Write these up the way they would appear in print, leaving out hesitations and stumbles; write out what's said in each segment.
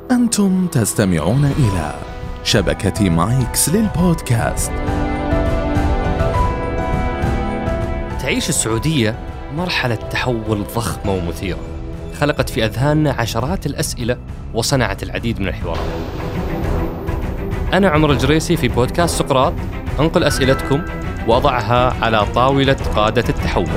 أنتم تستمعون إلى شبكة مايكس للبودكاست. تعيش السعودية مرحلة تحول ضخمة ومثيرة، خلقت في أذهاننا عشرات الأسئلة وصنعت العديد من الحوارات. أنا عمر الجريسي في بودكاست سقراط أنقل أسئلتكم وأضعها على طاولة قادة التحول.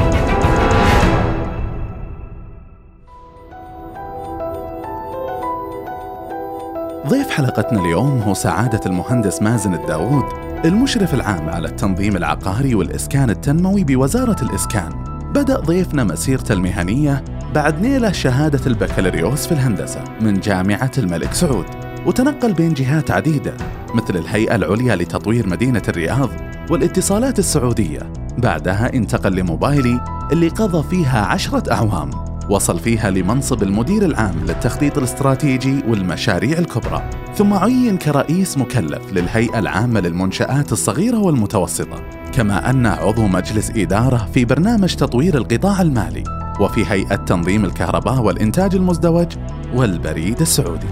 ضيف حلقتنا اليوم هو سعادة المهندس مازن الداود، المشرف العام على التنظيم العقاري والإسكان التنموي بوزارة الإسكان. بدأ ضيفنا مسيرته المهنية بعد نيله شهادة البكالوريوس في الهندسة من جامعة الملك سعود، وتنقل بين جهات عديدة مثل الهيئة العليا لتطوير مدينة الرياض والاتصالات السعودية. بعدها انتقل لموبايلي اللي قضى فيها 10 أعوام، وصل فيها لمنصب المدير العام للتخطيط الاستراتيجي والمشاريع الكبرى، ثم عين كرئيس مكلف للهيئة العامة للمنشآت الصغيرة والمتوسطة، كما أن عضو مجلس إدارة في برنامج تطوير القطاع المالي وفي هيئة تنظيم الكهرباء والإنتاج المزدوج والبريد السعودي.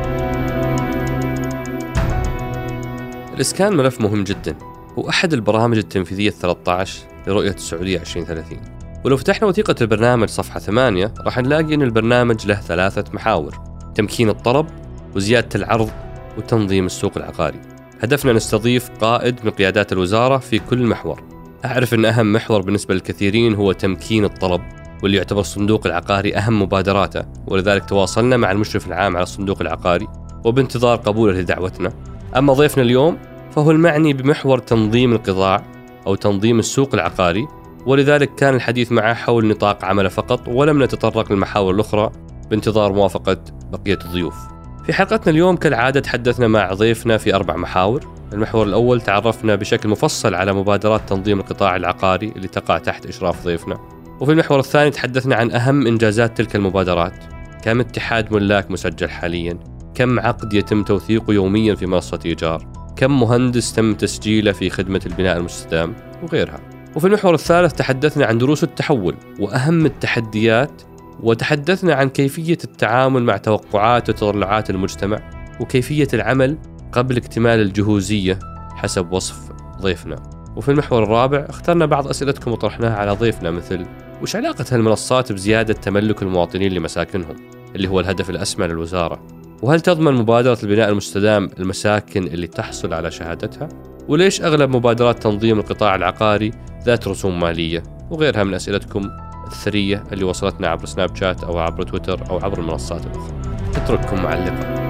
الإسكان ملف مهم جدا، هو أحد البرامج التنفيذية 13 لرؤية السعودية 2030. ولو فتحنا وثيقة البرنامج صفحة 8 راح نلاقي أن البرنامج له 3 محاور: تمكين الطلب وزيادة العرض وتنظيم السوق العقاري. هدفنا نستضيف قائد من قيادات الوزارة في كل محور. أعرف أن أهم محور بالنسبة للكثيرين هو تمكين الطلب، واللي يعتبر الصندوق العقاري أهم مبادراته، ولذلك تواصلنا مع المشرف العام على الصندوق العقاري وبانتظار قبوله لدعوتنا. أما ضيفنا اليوم فهو المعني بمحور تنظيم القطاع أو تنظيم السوق العقاري، ولذلك كان الحديث معه حول نطاق عمله فقط، ولم نتطرق للمحاور الأخرى بانتظار موافقة بقية الضيوف. في حلقتنا اليوم كالعادة تحدثنا مع ضيفنا في 4 محاور. المحور الأول تعرفنا بشكل مفصل على مبادرات تنظيم القطاع العقاري اللي تقع تحت إشراف ضيفنا. وفي المحور الثاني تحدثنا عن أهم إنجازات تلك المبادرات: كم اتحاد ملاك مسجل حاليا، كم عقد يتم توثيقه يوميا في منصة إيجار، كم مهندس تم تسجيله في خدمة البناء المستدام وغيرها. وفي المحور الثالث تحدثنا عن دروس التحول وأهم التحديات، وتحدثنا عن كيفية التعامل مع توقعات وتطلعات المجتمع وكيفية العمل قبل اكتمال الجهوزية حسب وصف ضيفنا. وفي المحور الرابع اخترنا بعض أسئلتكم وطرحناها على ضيفنا، مثل: وش علاقة هالمنصات بزيادة تملك المواطنين لمساكنهم اللي هو الهدف الأسمى للوزارة؟ وهل تضمن مبادرة البناء المستدام المساكن اللي تحصل على شهادتها؟ وليش أغلب مبادرات تنظيم القطاع العقاري ذات رسوم مالية؟ وغيرها من أسئلتكم الثرية اللي وصلتنا عبر سناب شات أو عبر تويتر أو عبر المنصات الأخرى. أترككم مع اللقاء.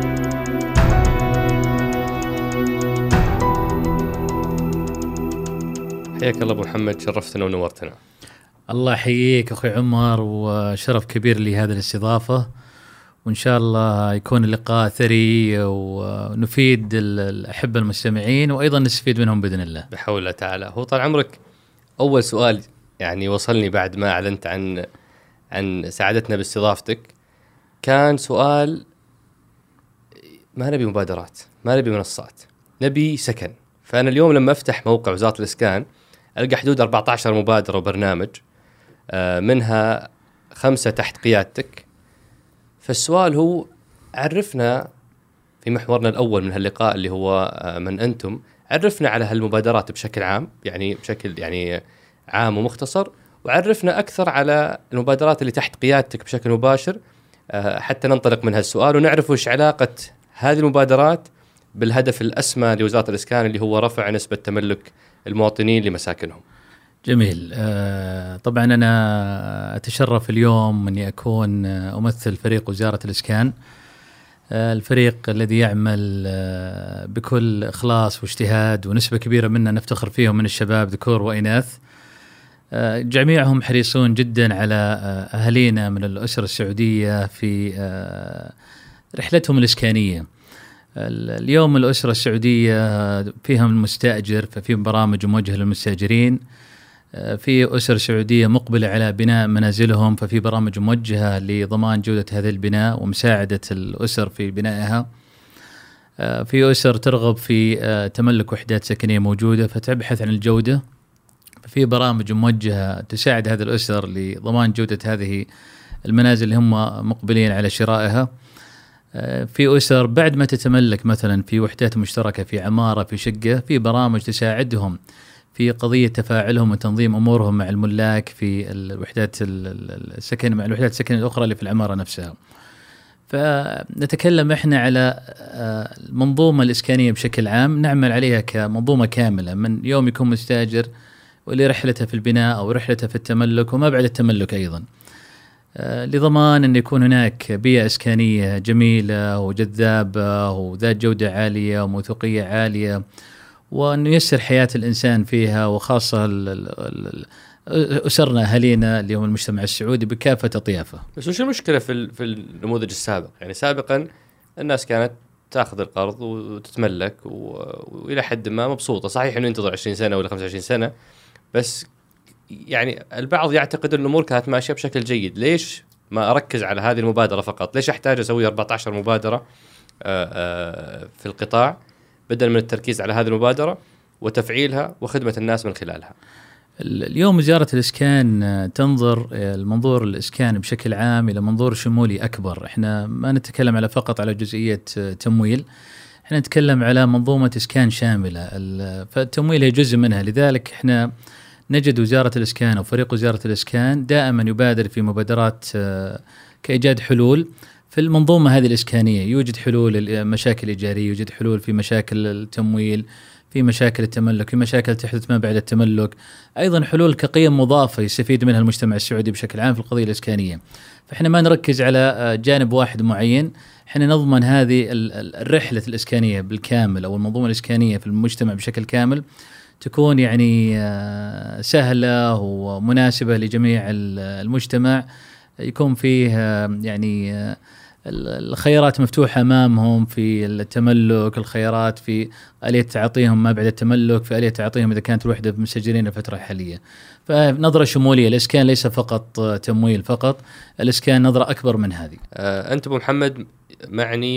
حياك الله أبو محمد، شرفتنا ونورتنا. الله يحييك أخوي عمر، وشرف كبير لي هذه الاستضافة، وإن شاء الله يكون اللقاء ثري ونفيد الأحبة المستمعين وأيضا نستفيد منهم بإذن الله بحول الله تعالى. هو طال عمرك أول سؤال يعني وصلني بعد ما أعلنت عن سعادتنا باستضافتك، كان سؤال: ما نبي مبادرات، ما نبي منصات، نبي سكن. فأنا اليوم لما أفتح موقع وزارة الإسكان ألقى حدود 14 مبادرة وبرنامج، منها 5 تحت قيادتك. فالسؤال هو: عرفنا في محورنا الأول من هاللقاء اللي هو من أنتم، عرفنا على هالمبادرات بشكل عام، يعني بشكل عام ومختصر، وعرفنا أكثر على المبادرات اللي تحت قيادتك بشكل مباشر، حتى ننطلق من هالسؤال ونعرف وش علاقة هذه المبادرات بالهدف الأسمى لوزارة الإسكان اللي هو رفع نسبة تملك المواطنين لمساكنهم. جميل. طبعا أنا أتشرف اليوم أني أكون أمثل فريق وزارة الإسكان، الفريق الذي يعمل بكل إخلاص واجتهاد، ونسبة كبيرة منا نفتخر فيهم من الشباب ذكور وإناث، جميعهم حريصون جدا على أهالينا من الأسرة السعودية في رحلتهم الإسكانية. اليوم الأسرة السعودية فيها المستأجر، ففي برامج موجهة للمستأجرين، في أسر سعودية مقبلة على بناء منازلهم، ففي برامج موجهة لضمان جودة هذا البناء ومساعدة الأسر في بنائها. في أسر ترغب في تملك وحدات سكنية موجودة فتبحث عن الجودة، ففي برامج موجهة تساعد هذه الأسر لضمان جودة هذه المنازل اللي هم مقبلين على شرائها. في أسر بعد ما تتملك مثلا في وحدات مشتركة في عمارة في شقة، في برامج تساعدهم في قضية تفاعلهم وتنظيم أمورهم مع الملاك في الوحدات السكن مع الوحدات السكن الأخرى اللي في العمارة نفسها. فنتكلم إحنا على المنظومة الإسكانية بشكل عام، نعمل عليها كمنظومة كاملة من يوم يكون مستأجر ولرحلته في البناء أو رحلته في التملك وما بعد التملك أيضا، لضمان أن يكون هناك بيئة إسكانية جميلة وجذابة وذات جودة عالية وموثوقية عالية، وأن ييسر حياة الإنسان فيها، وخاصة أسرنا أهالينا اليوم المجتمع السعودي بكافة أطيافه. بس وش المشكلة في النموذج السابق؟ يعني سابقا الناس كانت تأخذ القرض وتتملك وإلى حد ما مبسوطة، صحيح إنه ينتظر 20 سنة ولا 25 سنة، بس يعني البعض يعتقد أن الأمور كانت ماشية بشكل جيد. ليش ما أركز على هذه المبادرة فقط؟ ليش أحتاج أسوي 14 مبادرة في القطاع بدل من التركيز على هذه المبادرة وتفعيلها وخدمة الناس من خلالها؟ اليوم وزارة الإسكان تنظر المنظور الإسكان بشكل عام إلى منظور شمولي أكبر. إحنا ما نتكلم على فقط على جزئية تمويل، إحنا نتكلم على منظومة إسكان شاملة، فالتمويل هي جزء منها. لذلك إحنا نجد وزارة الإسكان وفريق وزارة الإسكان دائما يبادر في مبادرات كإيجاد حلول في المنظومة هذه الإسكانية. يوجد حلول المشاكل الإيجارية، يوجد حلول في مشاكل التمويل، في مشاكل التملك، في مشاكل تحدث ما بعد التملك، أيضا حلول كقيم مضافة يستفيد منها المجتمع السعودي بشكل عام في القضية الإسكانية. فإحنا ما نركز على جانب واحد معين، إحنا نضمن هذه الرحلة الإسكانية بالكامل أو المنظومة الإسكانية في المجتمع بشكل كامل تكون يعني سهلة ومناسبة لجميع المجتمع، يكون فيه يعني الخيارات مفتوحة أمامهم في التملك، الخيارات في آلية تعاطيهم ما بعد التملك، في آلية تعاطيهم إذا كانت الوحدة مسجلين الفترة الحالية. فنظرة شمولية، الإسكان ليس فقط تمويل فقط، الإسكان نظرة أكبر من هذه. أنت أبو محمد معني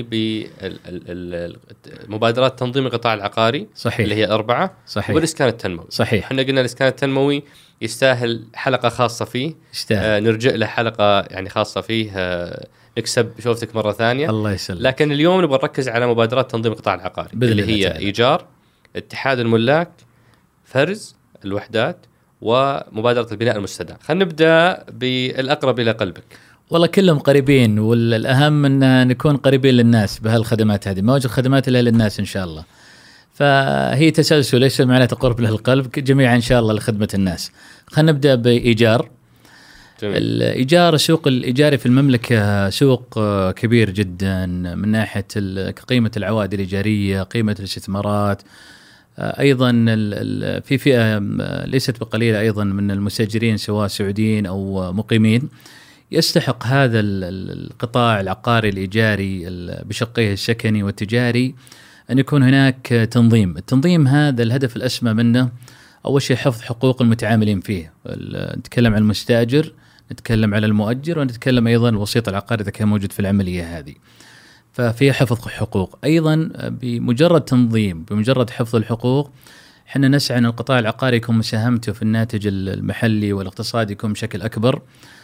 بمبادرات تنظيم القطاع العقاري، صحيح، اللي هي 4، صحيح، والإسكان التنموي، صحيح. احنا قلنا الإسكان التنموي يستاهل حلقة خاصة فيه، نرجع له حلقة يعني خاصة فيه، نكسب شوفتك مرة ثانية، الله يسلمك. لكن اليوم نبغى نركز على مبادرات تنظيم القطاع العقاري اللي هي إيجار، اتحاد الملاك، فرز الوحدات، ومبادرة البناء المستدام. خلينا نبدأ بالأقرب إلى قلبك. والله كلهم قريبين، والأهم أن نكون قريبين للناس بهالخدمات هذه، ما وجد خدمات إلا للناس إن شاء الله، فهي تسلسل ليس معناته قرب له القلب، جميعا إن شاء الله لخدمة الناس. خلينا نبدأ بإيجار. الإيجار، السوق الإيجاري في المملكة سوق كبير جدا من ناحية قيمة العوائد الإيجارية، قيمة الاستثمارات، أيضا في فئة ليست بقليلة أيضا من المستأجرين سواء سعوديين أو مقيمين يستحق هذا القطاع العقاري الإيجاري بشقيه السكني والتجاري أن يكون هناك تنظيم. التنظيم هذا الهدف الأسمى منه أول شيء حفظ حقوق المتعاملين فيه، نتكلم عن المستأجر، نتكلم على المؤجر، ونتكلم أيضا الوسيط العقاري إذا كان موجود في العملية هذه، ففي حفظ حقوق. أيضا بمجرد تنظيم، بمجرد حفظ الحقوق، حنا نسعى أن القطاع العقاري يكون مساهمته في الناتج المحلي والاقتصادي يكون بشكل أكبر،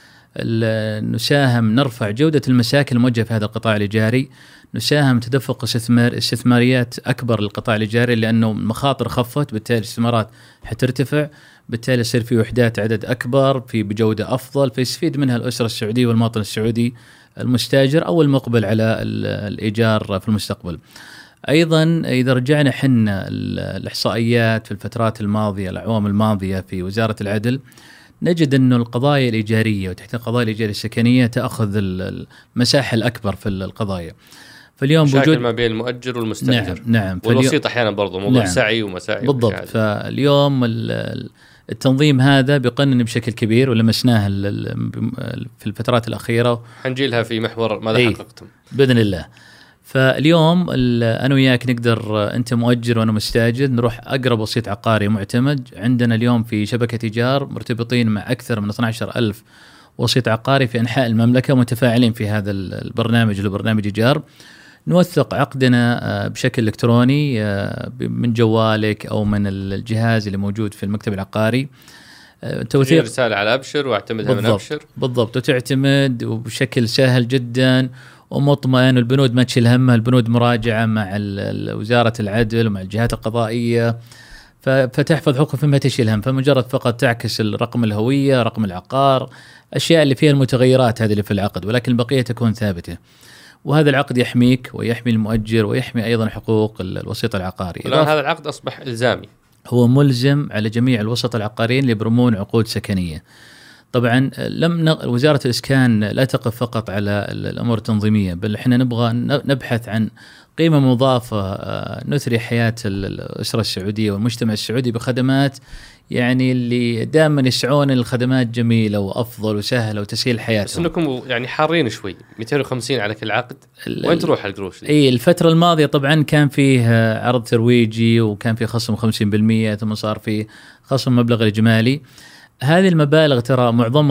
نساهم نرفع جودة المساكن الموجهة في هذا القطاع الإيجاري، نساهم تدفق استثماريات أكبر للقطاع الإيجاري لأنه المخاطر خفت، بالتالي الاستثمارات حترتفع، بالتالي يصير في وحدات عدد أكبر في بجودة أفضل، فيستفيد منها الأسرة السعودية والمواطن السعودي المستاجر أو المقبل على الإيجار في المستقبل. أيضا إذا رجعنا حنا الإحصائيات في الفترات الماضية، الأعوام الماضية في وزارة العدل، نجد أن القضايا الإيجارية وتحت القضايا الإيجارية السكنية تأخذ المساحة الأكبر في القضايا. فاليوم مشاكل ما بين المؤجر والمستأجر، نعم والوسيط أحيانا برضو موضوع نعم سعي ومساعي بالضبط. فاليوم التنظيم هذا بيقنن بشكل كبير، ولمسناه في الفترات الأخيرة، حنجيلها في محور ماذا حققتم بإذن الله. فاليوم أنا وياك نقدر، أنت مؤجر وأنا مستأجر، نروح أقرب وسيط عقاري معتمد. عندنا اليوم في شبكة إيجار مرتبطين مع أكثر من 12,000 وسيط عقاري في أنحاء المملكة متفاعلين في هذا البرنامج، اللي برنامج إيجار. نوثق عقدنا بشكل إلكتروني من جوالك أو من الجهاز اللي موجود في المكتب العقاري، توثيق رسالة على أبشر واعتمدها من أبشر. بالضبط، وتعتمد وبشكل سهل جدا، ومطمئن، والبنود ما تشيل همها، البنود مراجعة مع وزارة العدل ومع الجهات القضائية، فتحفظ حقوقك ما تشيل هم. فمجرد فقط تعكس الرقم الهوية، رقم العقار، أشياء اللي فيها المتغيرات هذه اللي في العقد، ولكن البقية تكون ثابتة. وهذا العقد يحميك ويحمي المؤجر ويحمي أيضا حقوق الوسيط العقاري. الآن هذا العقد أصبح إلزامي، هو ملزم على جميع الوسط العقاريين اللي يبرمون عقود سكنية. طبعا وزارة الإسكان لا تقف فقط على الأمور التنظيمية، بل احنا نبغى نبحث عن قيمة مضافة نثري حياة الأسرة السعودية والمجتمع السعودي بخدمات يعني اللي دائما يسعون الخدمات جميلة وأفضل وسهلة وتسهيل حياتهم. بس إنكم يعني حارين شوي 250 على كل عقد، وين تروح القروش؟ الفترة الماضية طبعا كان فيه عرض ترويجي وكان فيه خصم 50%، ثم صار فيه خصم مبلغ الإجمالي. هذه المبالغ ترى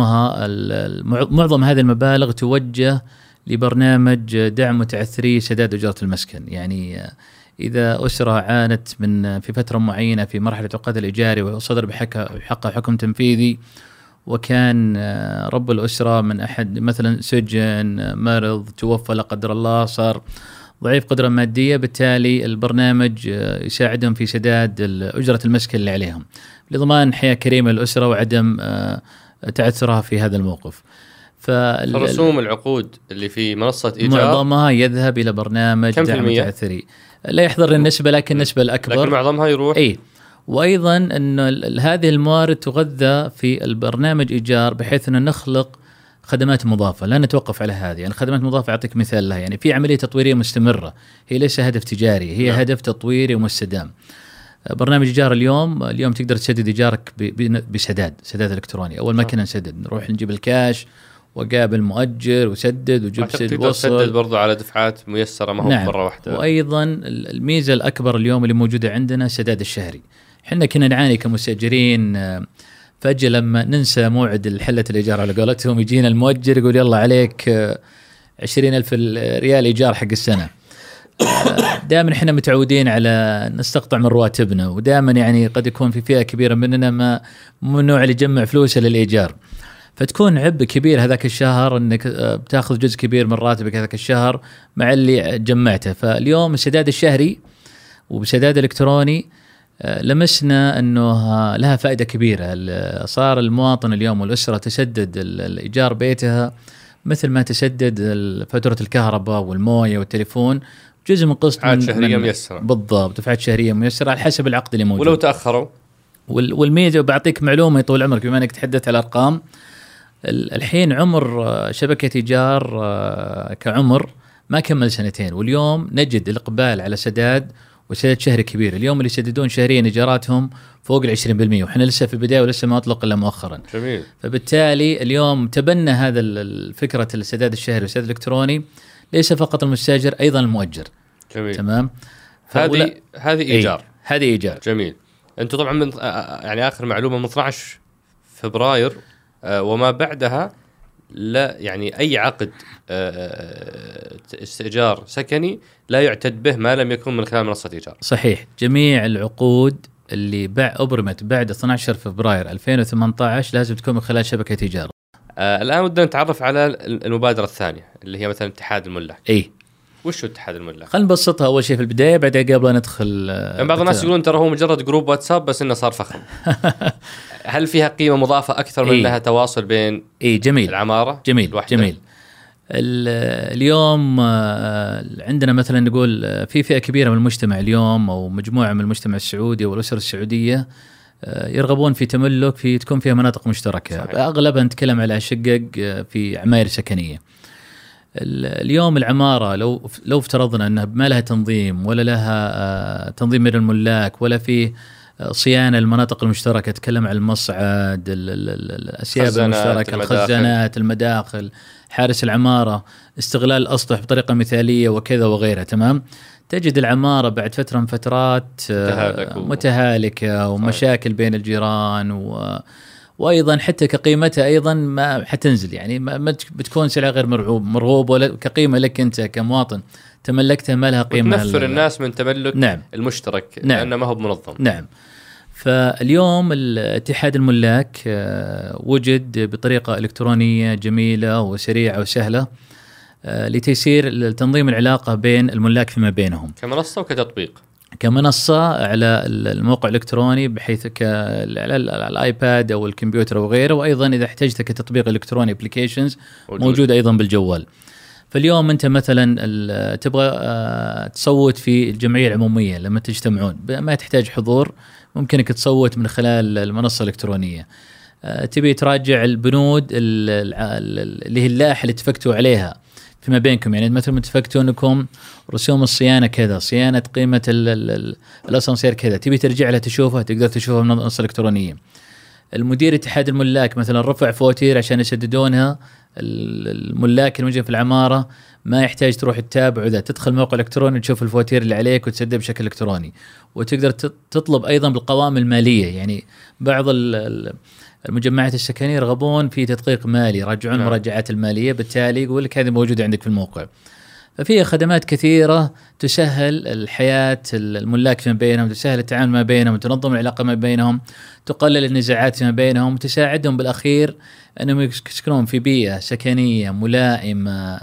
معظم هذه المبالغ توجه لبرنامج دعم متعثري سداد أجرة المسكن. يعني إذا أسرة عانت من في فترة معينة في مرحلة عقد الإيجاري وصدر بحقها حكم تنفيذي، وكان رب الأسرة من أحد مثلا سجن، مرض، توفى لا قدر الله، صار ضعيف قدرة مادية، بالتالي البرنامج يساعدهم في سداد أجرة المسكن اللي عليهم لضمان حياة كريمة للأسرة وعدم تعثرها في هذا الموقف. فرسوم العقود اللي في منصة إيجار معظمها يذهب إلى برنامج دعم متعثري، لا يحضر النسبة لكن النسبة الأكبر، لكن معظمها يروح. وأيضا أن هذه الموارد تغذى في البرنامج إيجار بحيث أن نخلق خدمات مضافة، لا نتوقف على هذه. يعني خدمات مضافة أعطيك مثال لها، يعني في عملية تطويرية مستمرة، هي ليس هدف تجاري، هي هدف تطويري ومستدام. برنامج إيجار اليوم تقدر تسدد إيجارك سداد إلكتروني. أول ما كنا نسدد نروح نجيب الكاش وقابل مؤجر وسدد وجيب سدد وصل، تسدد برضو على دفعات ميسرة ما هو نعم. مرة واحدة. وأيضا الميزة الأكبر اليوم اللي موجودة عندنا سداد الشهري. حنا كنا نعاني كمستأجرين فجأة لما ننسى موعد الحلة الإيجار على قولتهم، يجينا المؤجر يقول يلا عليك 20,000 ريال إيجار حق السنة. دائما احنا متعودين على نستقطع من رواتبنا، ودائما يعني قد يكون في فئة كبيرة مننا ما من النوع اللي يجمع فلوسه للإيجار، فتكون عبء كبير هذاك الشهر انك بتاخذ جزء كبير من راتبك هذاك الشهر مع اللي جمعته. فاليوم السداد الشهري وبسداد الكتروني لمسنا انه لها فائده كبيره. صار المواطن اليوم والاسره تسدد الايجار بيتها مثل ما تسدد فاتوره الكهرباء والمويه والتليفون، جزء من قسط دفعات شهريه ميسره. بالضبط، دفعات شهريه ميسره على حسب العقد اللي موجود. ولو تاخروا والميزه بعطيك معلومه يطول عمرك بما انك تحدث على الارقام، الحين عمر شبكه ايجار كعمر ما كمل 2 واليوم نجد الاقبال على سداد وسداد شهري كبير. اليوم اللي يسددون شهريا ايجاراتهم فوق 20%، وحنا لسه في البدايه ولسه ما اطلق الا مؤخرا. جميل. فبالتالي اليوم تبنى هذا الفكره السداد الشهري والسداد الالكتروني ليس فقط المستاجر، ايضا المؤجر. جميل. تمام. هذه ايجار. هذه ايجار. جميل. انتم طبعا من يعني اخر معلومه من 12 فبراير وما بعدها لا يعني أي عقد استئجار سكني لا يعتد به ما لم يكن من خلال منصة إيجار. صحيح. جميع العقود اللي أبرمت بعد 12 فبراير 2018 لازم تكون من خلال شبكة إيجار. الآن ودنا نتعرف على المبادرة الثانية اللي هي مثلا اتحاد الملاك. وش اتحاد الملاك؟ خلينا نبسطها أول شيء في البداية بعدين قبل ندخل. يعني بعض الناس يقولون ترى هو مجرد جروب واتساب بس إنه صار فخم. هل فيها قيمة مضافة أكثر من أنها تواصل بين جميل. العمارة؟ جميل. اليوم عندنا مثلا نقول في فئة كبيرة من المجتمع اليوم أو مجموعة من المجتمع السعودي والأسر السعودية يرغبون في تملك تكون فيها مناطق مشتركة. أغلبها نتكلم على شقق في عماير سكنية. اليوم العمارة لو افترضنا أنها ما لها تنظيم ولا لها تنظيم من الملاك ولا في صيانة المناطق المشتركة، تكلم عن المصعد، الأسياب المشتركة، الخزانات، المداخل، حارس العمارة، استغلال الأسطح بطريقة مثالية وكذا وغيرها. تمام. تجد العمارة بعد فترة من فترات متهالكة ومشاكل بين الجيران وأيضا حتى كقيمتها أيضا ما حتنزل، يعني ما بتكون سلعة غير مرغوب ولا كقيمة لك أنت كمواطن تملكتها ما لها قيمة. تنفر الناس من تملك المشترك لأنه ما هو منظم. نعم. فاليوم اتحاد الملاك وجد بطريقة إلكترونية جميلة وسريعة وسهلة. لتيسير تنظيم العلاقة بين الملاك فيما بينهم كمنصة وكتطبيق. كمنصة على الموقع الإلكتروني بحيث على الآيباد أو الكمبيوتر أو غيره، وأيضا إذا احتجت كتطبيق إلكتروني applications موجود أيضا بالجوال. فاليوم أنت مثلا تبغى تصوت في الجمعية العمومية لما تجتمعون، ما تحتاج حضور، ممكنك تصوت من خلال المنصة الإلكترونية. تبي تراجع البنود اللي هي اللائحة اللي اتفقتوا عليها فيما بينكم، يعني مثلا اتفقتوا انكم رسوم الصيانه كذا، صيانه قيمه الاسانسير كذا، تبي ترجع لها تشوفها، تقدر تشوفها من المنصه الالكترونيه. المدير اتحاد الملاك مثلا رفع فواتير عشان يسددونها، الملاك الموجود في العماره ما يحتاج تروح تتابع، ذا تدخل موقع الكتروني تشوف الفواتير اللي عليك وتسدد بشكل الكتروني. وتقدر تطلب ايضا بالقوائم الماليه، يعني بعض المجمعات السكنيه يرغبون في تدقيق مالي، يراجعون المراجعات الماليه، بالتالي يقول لك هذه موجوده عندك في الموقع. ففي خدمات كثيره تسهل الحياه الملاك فيما بينهم، تسهل التعامل ما بينهم، تنظم العلاقه ما بينهم، تقلل النزاعات فيما بينهم، تساعدهم بالاخير انهم يسكنون في بيئه سكنيه ملائمه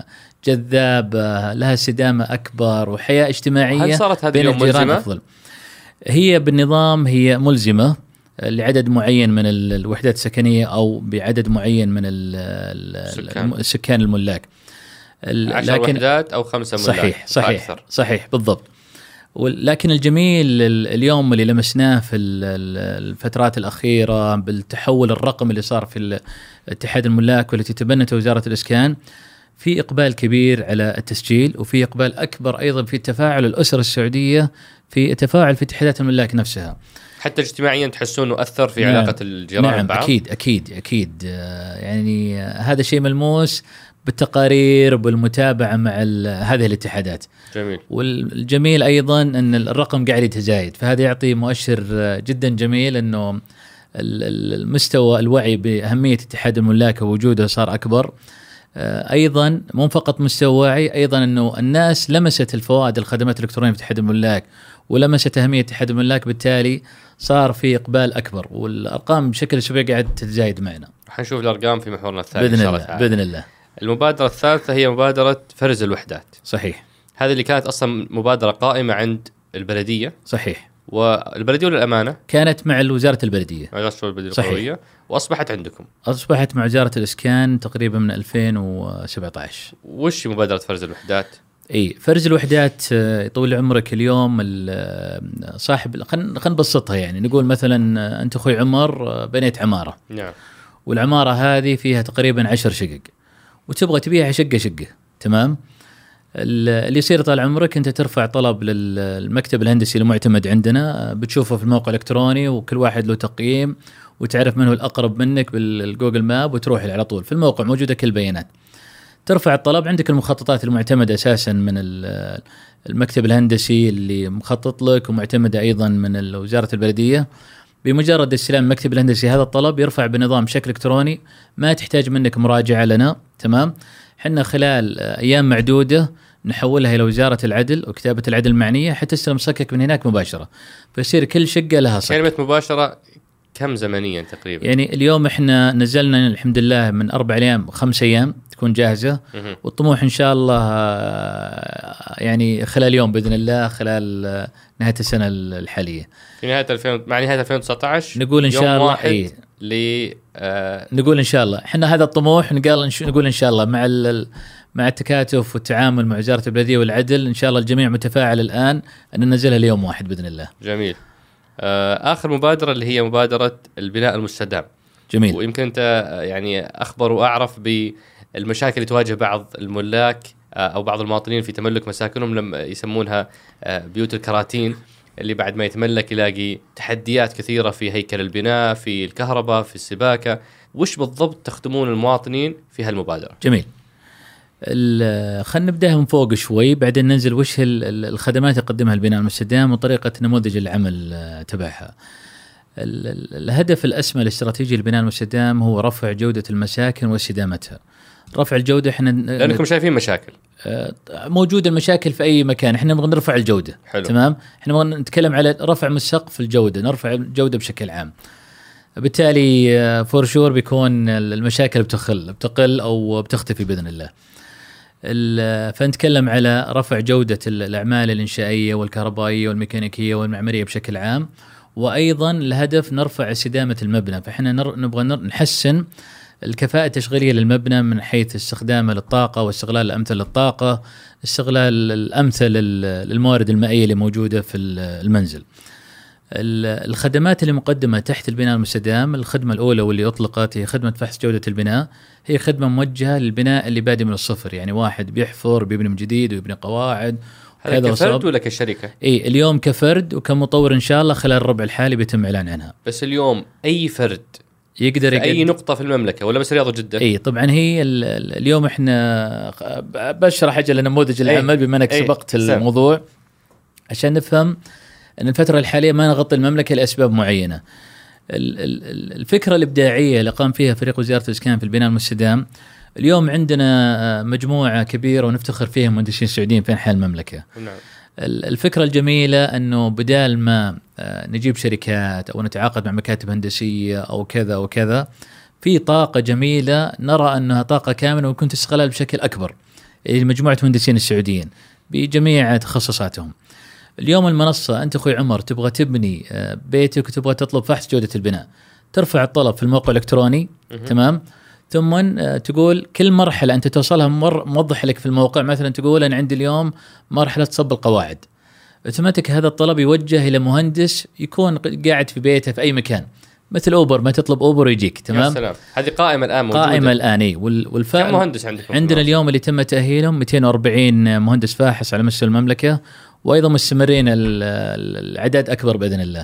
جذابه لها استدامه اكبر وحياه اجتماعيه. هل صارت هذه اليوم ملزمه؟ أفضل. هي بالنظام هي ملزمه لعدد معين من الوحدات السكنيه او بعدد معين من السكان الملاك. 10 وحدات او 5 ملاك. صحيح بالضبط. ولكن الجميل اليوم اللي لمسناه في الفترات الأخيرة بالتحول الرقمي اللي صار في اتحاد الملاك والتي تبنته وزارة الإسكان، في إقبال كبير على التسجيل، وفي إقبال أكبر أيضا في التفاعل الأسرة السعودية في التفاعل في اتحادات الملاك نفسها. حتى اجتماعيا تحسون أثر في علاقة الجيران بعض؟ أكيد يعني هذا شيء ملموس بالتقارير وبالمتابعة مع هذه الاتحادات. جميل. والجميل أيضا أن الرقم قاعد يتزايد، فهذا يعطي مؤشر جدا جميل أنه المستوى الوعي بأهمية اتحاد الملاك ووجوده صار أكبر. أيضا مو فقط مستوى وعي، أيضا أنه الناس لمست الفوائد الخدمات الإلكترونية في اتحاد الملاك ولمست أهمية اتحاد الملاك، بالتالي صار في إقبال أكبر، والأرقام بشكل أسبوعي قاعد تتزايد معنا. حنشوف الأرقام في محورنا الثاني بإذن الله. المبادرة الثالثة هي مبادرة فرز الوحدات. صحيح. هذه اللي كانت أصلا مبادرة قائمة عند البلدية. صحيح. والبلدية للأمانة كانت مع وزارة البلدية. مع وزارة البلدية القروية، وأصبحت عندكم. أصبحت مع وزارة الإسكان تقريبا من 2017. وش مبادرة فرز الوحدات؟ فرز الوحدات طول عمرك اليوم صاحب، خلينا نبسطها، يعني نقول مثلا أنت أخوي عمر بنيت عمارة. نعم. والعمارة هذه فيها تقريبا 10 شقق وتبغى تبيعها شقة، تمام؟ اللي يصير طال عمرك أنت ترفع طلب للمكتب الهندسي المعتمد عندنا، بتشوفه في الموقع الإلكتروني وكل واحد له تقييم، وتعرف من هو الأقرب منك بالجوجل ماب، وتروح على طول في الموقع موجودة كل البيانات. ترفع الطلب، عندك المخططات المعتمدة أساسا من المكتب الهندسي اللي مخطط لك، ومعتمدة أيضا من وزارة البلدية. بمجرد استلام المكتب الهندسي هذا الطلب يرفع بنظام شكل إلكتروني، ما تحتاج منك مراجعة لنا، تمام؟ حنا خلال أيام معدودة نحولها إلى وزارة العدل وكتابة العدل المعنية حتى تستلم صكك من هناك مباشرة، فيصير كل شقة لها صك. كلمة مباشرة كم زمنيا تقريبا؟ يعني اليوم احنا نزلنا الحمد لله من 4 أيام 5 أيام تكون جاهزة، والطموح إن شاء الله يعني خلال يوم بإذن الله، خلال نهاية السنة الحالية في نهاية مع نهاية 2019 نقول إن شاء الله. نقول إن شاء الله احنا هذا الطموح، نقول إن شاء الله مع التكاتف والتعامل مع وزارة البلدية والعدل، إن شاء الله الجميع متفاعل الآن أن ننزلها اليوم 1 بإذن الله. جميل. آخر مبادرة اللي هي مبادرة البناء المستدام. جميل. ويمكن أنت يعني أخبر وأعرف بالمشاكل اللي تواجه بعض الملاك أو بعض المواطنين في تملك مساكنهم، لما يسمونها بيوت الكراتين، اللي بعد ما يتملك يلاقي تحديات كثيرة في هيكل البناء، في الكهرباء، في السباكة. وش بالضبط تخدمون المواطنين في هالمبادرة؟ جميل. خلينا نبدأ من فوق شوي، بعدين ننزل وش الخدمات يقدمها البناء المستدام وطريقة نموذج العمل تبعها. الهدف الأسمى الاستراتيجي للبناء المستدام هو رفع جودة المساكن واستدامتها. رفع الجودة، احنا لأنكم شايفين مشاكل موجودة، المشاكل في أي مكان، احنا نبغى نرفع الجودة. حلو. تمام. احنا نبغى نتكلم على رفع من سقف الجودة، نرفع الجودة بشكل عام. بالتالي فور شور بيكون المشاكل بتقل أو بتختفي بإذن الله. فنتكلم على رفع جودة الأعمال الإنشائية والكهربائية والميكانيكية والمعمارية بشكل عام، وأيضا الهدف نرفع استدامة المبنى. فإحنا نبغى نحسن الكفاءة التشغيلية للمبنى من حيث استخدامه للطاقة واستغلال الأمثل للطاقة، استغلال الأمثل للموارد المائية اللي موجودة في المنزل. الخدمات اللي مقدمة تحت البناء المستدام، الخدمة الأولى واللي أطلقت هي خدمة فحص جودة البناء، هي خدمة موجهة للبناء اللي بادئ من الصفر، يعني واحد بيحفر بيبني من جديد ويبني قواعد. هذا كفرد ولا كشركة؟ إيه اليوم كفرد، وكمطور إن شاء الله خلال الربع الحالي بيتم إعلان عنها. بس اليوم أي فرد يقدر في أي نقطة في المملكة ولا بس رياض جدة؟ إيه طبعا هي اليوم إحنا بشرح حاجة لنموذج العمل بما أنك سبقت الموضوع عشان نفهم أن الفترة الحالية ما نغطي المملكة لأسباب معينة. الفكرة الإبداعية اللي قام فيها فريق وزارة الإسكان في البناء المستدام، اليوم عندنا مجموعة كبيرة ونفتخر فيها مهندسين سعوديين في أنحاء المملكة. نعم. الفكرة الجميلة أنه بدال ما نجيب شركات أو نتعاقد مع مكاتب هندسية أو كذا وكذا، في طاقة جميلة نرى أنها طاقة كاملة ويكون تستغلها بشكل أكبر لمجموعة مهندسين السعوديين بجميع تخصصاتهم. اليوم المنصة أنت أخوي عمر تبغى تبني بيتك وتبغى تطلب فحص جودة البناء، ترفع الطلب في الموقع الإلكتروني تمام، ثم تقول كل مرحلة أنت توصلها موضح لك في الموقع، مثلا تقول أنا عندي اليوم مرحلة صب القواعد، اوتوماتيك هذا الطلب يوجه إلى مهندس يكون قاعد في بيته في أي مكان، مثل أوبر ما تطلب أوبر يجيك تمام. يا سلام، هذه قائمة الآن موجودة. قائمة الآن كم مهندس عندكم؟ عندنا اليوم اللي تم تأهيلهم 240 مهندس فاحص على مستوى المملكة، وأيضا مستمرين العدد أكبر بإذن الله.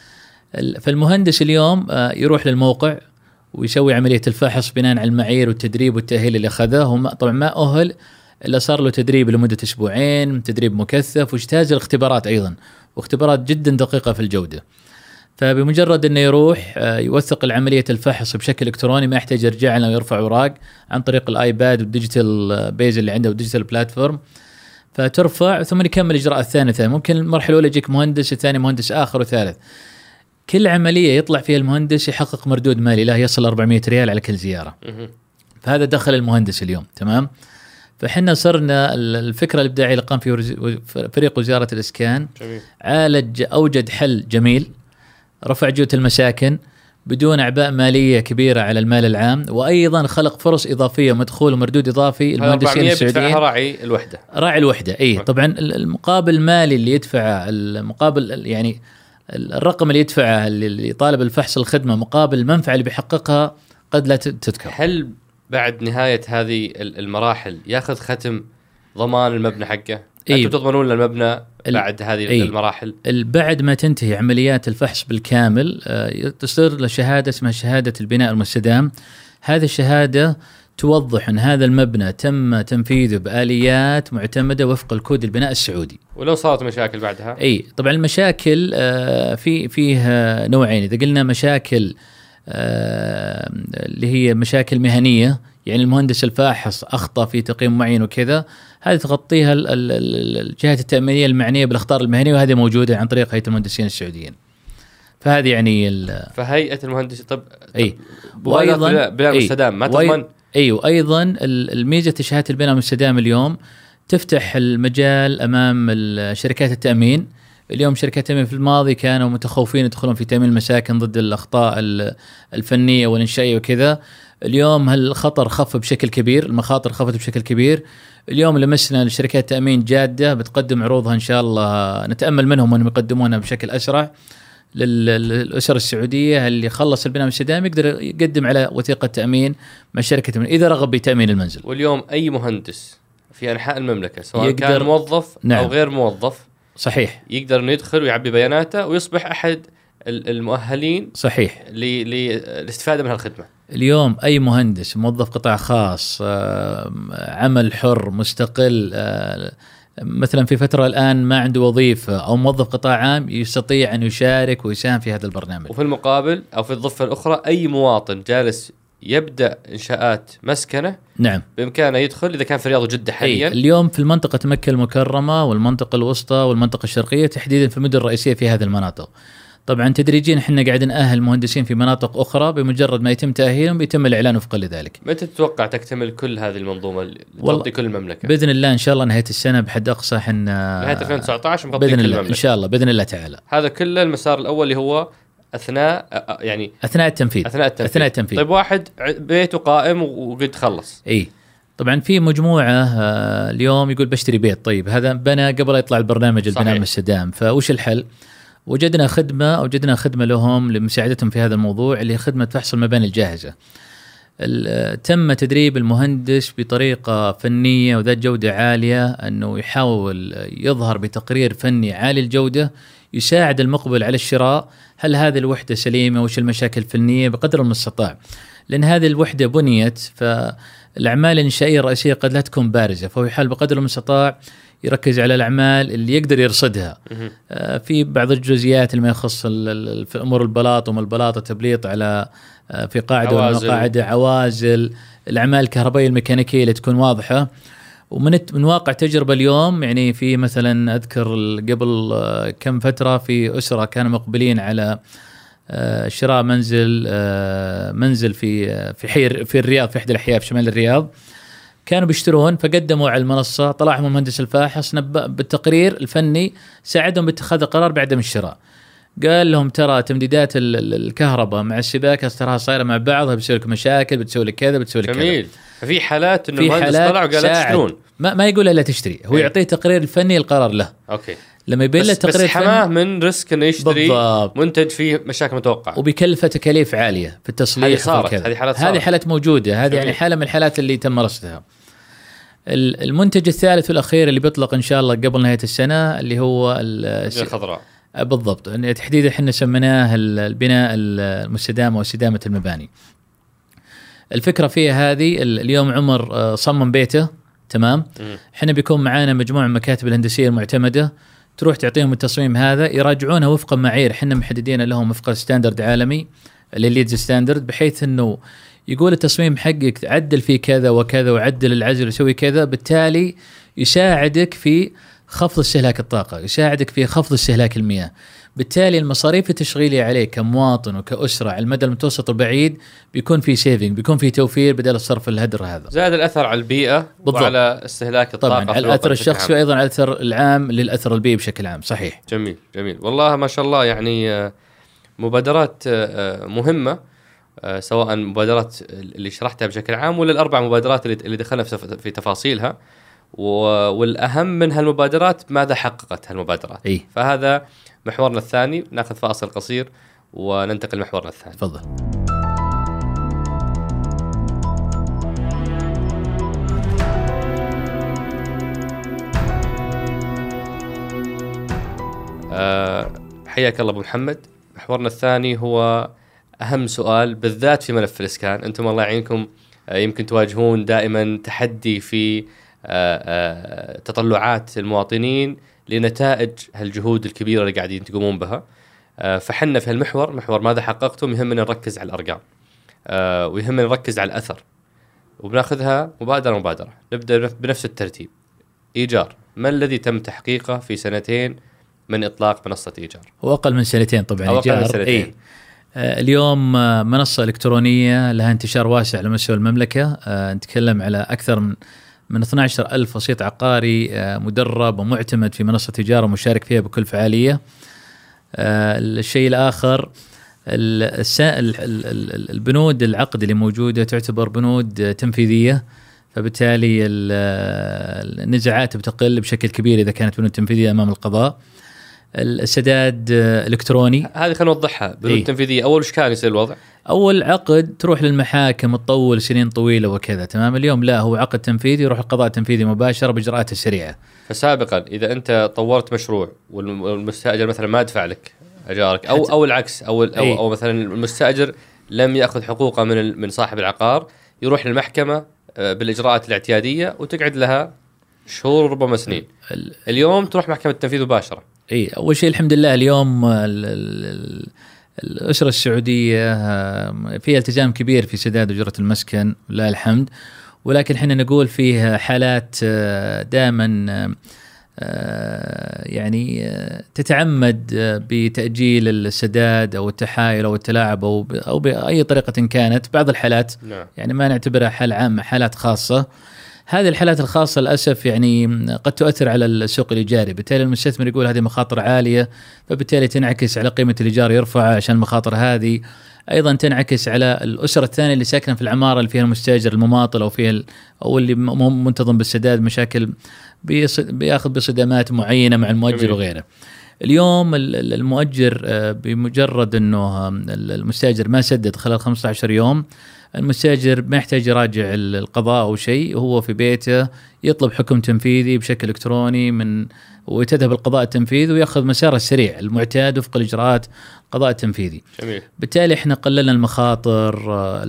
فالمهندس اليوم يروح للموقع ويسوي عملية الفحص بناء على المعايير والتدريب والتأهيل اللي أخذه. طبعا ما أهل إلا صار له تدريب لمدة أسبوعين، تدريب مكثف، واجتاز الاختبارات أيضا، واختبارات جدا دقيقة في الجودة. فبمجرد أنه يروح يوثق العملية الفحص بشكل إلكتروني، ما يحتاج يرجع لنا ويرفع أوراق عن طريق الآيباد والديجيتال بيز اللي عنده والديجيتال بلاتفورم، فترفع ثم يكمل الإجراء الثاني. ممكن المرحلة الأولى يجيك مهندس، الثاني مهندس آخر، وثالث. كل عملية يطلع فيها المهندس يحقق مردود مالي له يصل 400 ريال على كل زيارة. فهذا دخل المهندس اليوم تمام. فحنا صرنا الفكرة الإبداعية اللي قام فيه فريق وزارة الإسكان عالج أوجد حل جميل، رفع جودة المساكن بدون أعباء مالية كبيرة على المال العام، وأيضا خلق فرص إضافية مدخول ومردود إضافي المهندسين السعوديين. راعي الوحدة أي طبعا المقابل المالي اللي يدفعه، المقابل يعني الرقم اللي يدفعه اللي يطالب الفحص الخدمة مقابل المنفعة اللي بيحققها قد لا تذكر. هل بعد نهاية هذه المراحل ياخذ ختم ضمان المبنى حقه؟ أنتم تضمنون للمبنى بعد هذه المراحل؟ بعد ما تنتهي عمليات الفحص بالكامل تصدر له شهادة اسمها شهادة البناء المستدام. هذه الشهادة توضح أن هذا المبنى تم تنفيذه بآليات معتمدة وفق الكود البناء السعودي. ولو صارت مشاكل بعدها؟ طبعا المشاكل فيها نوعين. إذا قلنا مشاكل اللي هي مشاكل مهنية، يعني المهندس الفاحص أخطأ في تقييم معين وكذا، هذه تغطيها الجهات التأمينية المعنية بالأخطار المهنية، وهذه موجودة عن طريق هيئة المهندسين السعوديين. فهذه يعني فهيئة المهندسين. طب وأيضا بناء المستدام ما تضمن؟ وأيضا الميزة شهادة البناء المستدام اليوم تفتح المجال أمام شركات التأمين. اليوم شركات التأمين في الماضي كانوا متخوفين يدخلون في تأمين المساكن ضد الأخطاء الفنية والإنشائية وكذا. اليوم هالخطر خف بشكل كبير، المخاطر خفت بشكل كبير. اليوم لمسنا لشركات التأمين جادة بتقدم عروضها إن شاء الله، نتأمل منهم أنهم يقدمونها بشكل أسرع للأسر السعودية. اللي خلص البناء المستدام يقدر يقدم على وثيقة تأمين مع شركة التأمين إذا رغب بتأمين المنزل. واليوم أي مهندس في أنحاء المملكة سواء كان موظف أو غير موظف، صحيح، يقدر إنه يدخل ويعبي بياناته ويصبح أحد المؤهلين، صحيح، للاستفادة من هالخدمة. اليوم أي مهندس، موظف قطاع خاص، عمل حر مستقل، مثلا في فترة الآن ما عنده وظيفة، أو موظف قطاع عام، يستطيع أن يشارك ويساهم في هذا البرنامج. وفي المقابل أو في الضفة الأخرى أي مواطن جالس يبدأ إنشاءات مسكنة، نعم، بإمكانه يدخل إذا كان في رياض وجدة حاليا. اليوم في المنطقة مكة المكرمة والمنطقة الوسطى والمنطقة الشرقية تحديدا، في المدن الرئيسية في هذه المناطق. طبعا تدريجيا احنا قاعدين نأهل مهندسين في مناطق أخرى، بمجرد ما يتم تأهيلهم بيتم الإعلان وفقا لذلك. متى تتوقع تكتمل كل هذه المنظومة تغطي كل المملكة؟ بإذن الله إن شاء الله نهاية السنة بحد أقصى احنا نهاية 2019 مغطي بإذن كل الله المملكة إن شاء الله بإذن الله تعالى. هذا كله المسار الأول اللي هو أثناء التنفيذ. أثناء التنفيذ. طيب واحد بيته قائم وقد خلص. طبعا في مجموعة اليوم يقول بشتري بيت، طيب هذا بنى قبل يطلع البرنامج البناء المستدام، فوش الحل؟ وجدنا خدمة لهم لمساعدتهم في هذا الموضوع اللي هي خدمة فحص المباني الجاهزة. تم تدريب المهندس بطريقة فنية وذات جودة عالية أنه يحاول يظهر بتقرير فني عالي الجودة يساعد المقبل على الشراء، هل هذه الوحدة سليمة وش المشاكل الفنية بقدر المستطاع، لأن هذه الوحدة بنيت فالأعمال الإنشائية الرئيسية قد لا تكون بارزة، فهو يحاول بقدر المستطاع يركز على الأعمال اللي يقدر يرصدها. في بعض الجزئيات اللي ما يخص في أمور البلاط وما البلاط تبليط على في قاعدة ومقاعدة عوازل، الأعمال الكهربائية الميكانيكية اللي تكون واضحة. ومن واقع تجربة اليوم يعني في مثلا أذكر قبل كم فترة في أسرة كانوا مقبلين على شراء منزل في الرياض، في إحدى الأحياء في شمال الرياض، كانوا بيشترون فقدموا على المنصة، طلعهم المهندس الفاحص نبأ بالتقرير الفني ساعدهم باتخاذ القرار بعدم الشراء. قال لهم ترى تمديدات الكهرباء مع السباكة تراها صايرة مع بعضها بتسوي لك مشاكل، بتسوي لك كذا بتسوي لك كذا. جميل. ففي حالات انه المهندس طلع وقال لا تشترون، ما يقول لا تشتري، هو يعطيه تقرير الفني القرار له. اوكي. لما يبين له تقرير بس حماه من ريسك انه يشتري بالضبط. منتج فيه مشاكل متوقعه وبكلفه تكاليف عاليه في التصليح. هذه حالات موجوده، هذه يعني حاله من الحالات اللي تم رصدها. المنتج الثالث والاخير اللي بيطلق ان شاء الله قبل نهايه السنه اللي هو الخضراء. بالضبط، تحديدا احنا سميناه البناء المستدام واستدامه المباني. الفكره فيها هذه، اليوم عمر صمم بيته تمام، احنا بيكون معانا مجموعه من المكاتب الهندسيه المعتمده، تروح تعطيهم التصميم هذا يراجعونه وفقا معايير احنا محددين لهم وفق ستاندرد عالمي الليدز ستاندرد، بحيث انه يقول التصميم حقك عدل فيه كذا وكذا وعدل العزل وسوي كذا، بالتالي يساعدك في خفض استهلاك الطاقه، يساعدك في خفض استهلاك المياه، بالتالي المصاريف التشغيلية عليك كمواطن وكأسرة على المدى المتوسط والبعيد بيكون في سيفنج، بيكون في توفير بدل الصرف الهدر هذا. زائد الأثر على البيئة وعلى استهلاك الطاقة، طبعا على الأثر الشخصي وأيضا على الأثر العام للأثر البيئي بشكل عام. صحيح. جميل جميل والله ما شاء الله، يعني مبادرات مهمة، سواء مبادرات اللي شرحتها بشكل عام ولا الأربع مبادرات اللي دخلنا في تفاصيلها، والأهم من هالمبادرات ماذا حققت هالمبادرات. فهذا محورنا الثاني، ناخذ فاصل قصير وننتقل لمحورنا الثاني. تفضل. حياك الله ابو محمد. محورنا الثاني هو اهم سؤال بالذات في ملف الاسكان. انتم الله يعينكم يمكن تواجهون دائما تحدي في تطلعات المواطنين لنتائج هالجهود الكبيرة اللي قاعدين تقومون بها. فحنا في هالمحور، محور ماذا حققتم، يهمنا نركز على الأرقام ويهمنا نركز على الأثر، وبناخذها مبادرة. نبدأ بنفس الترتيب. إيجار، ما الذي تم تحقيقه في سنتين من إطلاق منصة إيجار؟ هو أقل من سنتين طبعا. أقل من سنتين. اليوم منصة إلكترونية لها انتشار واسع على مستوى المملكة. نتكلم على أكثر من 12,000 وسيط عقاري مدرب ومعتمد في منصة تجارة ومشارك فيها بكل فعالية. الشيء الآخر، البنود العقد اللي موجودة تعتبر بنود تنفيذية، فبالتالي النزاعات بتقل بشكل كبير إذا كانت بنود تنفيذية أمام القضاء. السداد الإلكتروني، هذه خلينا نوضحها. بنود تنفيذية أول وش كان يصير الوضع؟ أول عقد تروح للمحاكم تطول سنين طويلة وكذا تمام. اليوم لا، هو عقد تنفيذي يروح القضاء التنفيذي مباشرة بإجراءات السريعة. فسابقا إذا أنت طورت مشروع والمستأجر مثلا ما دفع لك أجارك أو العكس أو مثلا المستأجر لم يأخذ حقوقه من صاحب العقار، يروح للمحكمة بالإجراءات الاعتيادية وتقعد لها شهور ربما سنين. اليوم تروح محكمة التنفيذ مباشرة. أول شيء الحمد لله اليوم الأسرة السعودية فيها التزام كبير في سداد أجرة المسكن لله الحمد، ولكن حنا نقول فيه حالات دائما يعني تتعمد بتأجيل السداد أو التحايل أو التلاعب أو بأي طريقة كانت. بعض الحالات يعني ما نعتبرها حال عامة، حالات خاصة. هذه الحالات الخاصة للأسف يعني قد تؤثر على السوق الإيجاري، بالتالي المستثمر يقول هذه مخاطر عالية، فبالتالي تنعكس على قيمة الإيجار يرفع عشان المخاطر هذه. أيضا تنعكس على الأسرة الثانية اللي ساكنة في العمارة اللي فيها المستأجر المماطل أو فيها أو اللي منتظم بالسداد، مشاكل بياخذ بصدمات معينة مع المؤجر وغيره. اليوم المؤجر بمجرد أنه المستأجر ما سدد خلال 15 يوم، المستأجر ما يحتاج يراجع القضاء أو شيء، هو في بيته يطلب حكم تنفيذي بشكل إلكتروني ويتذهب القضاء التنفيذي ويأخذ مساره السريع المعتاد وفق الإجراءات القضاء التنفيذي. جميل. بالتالي احنا قللنا المخاطر،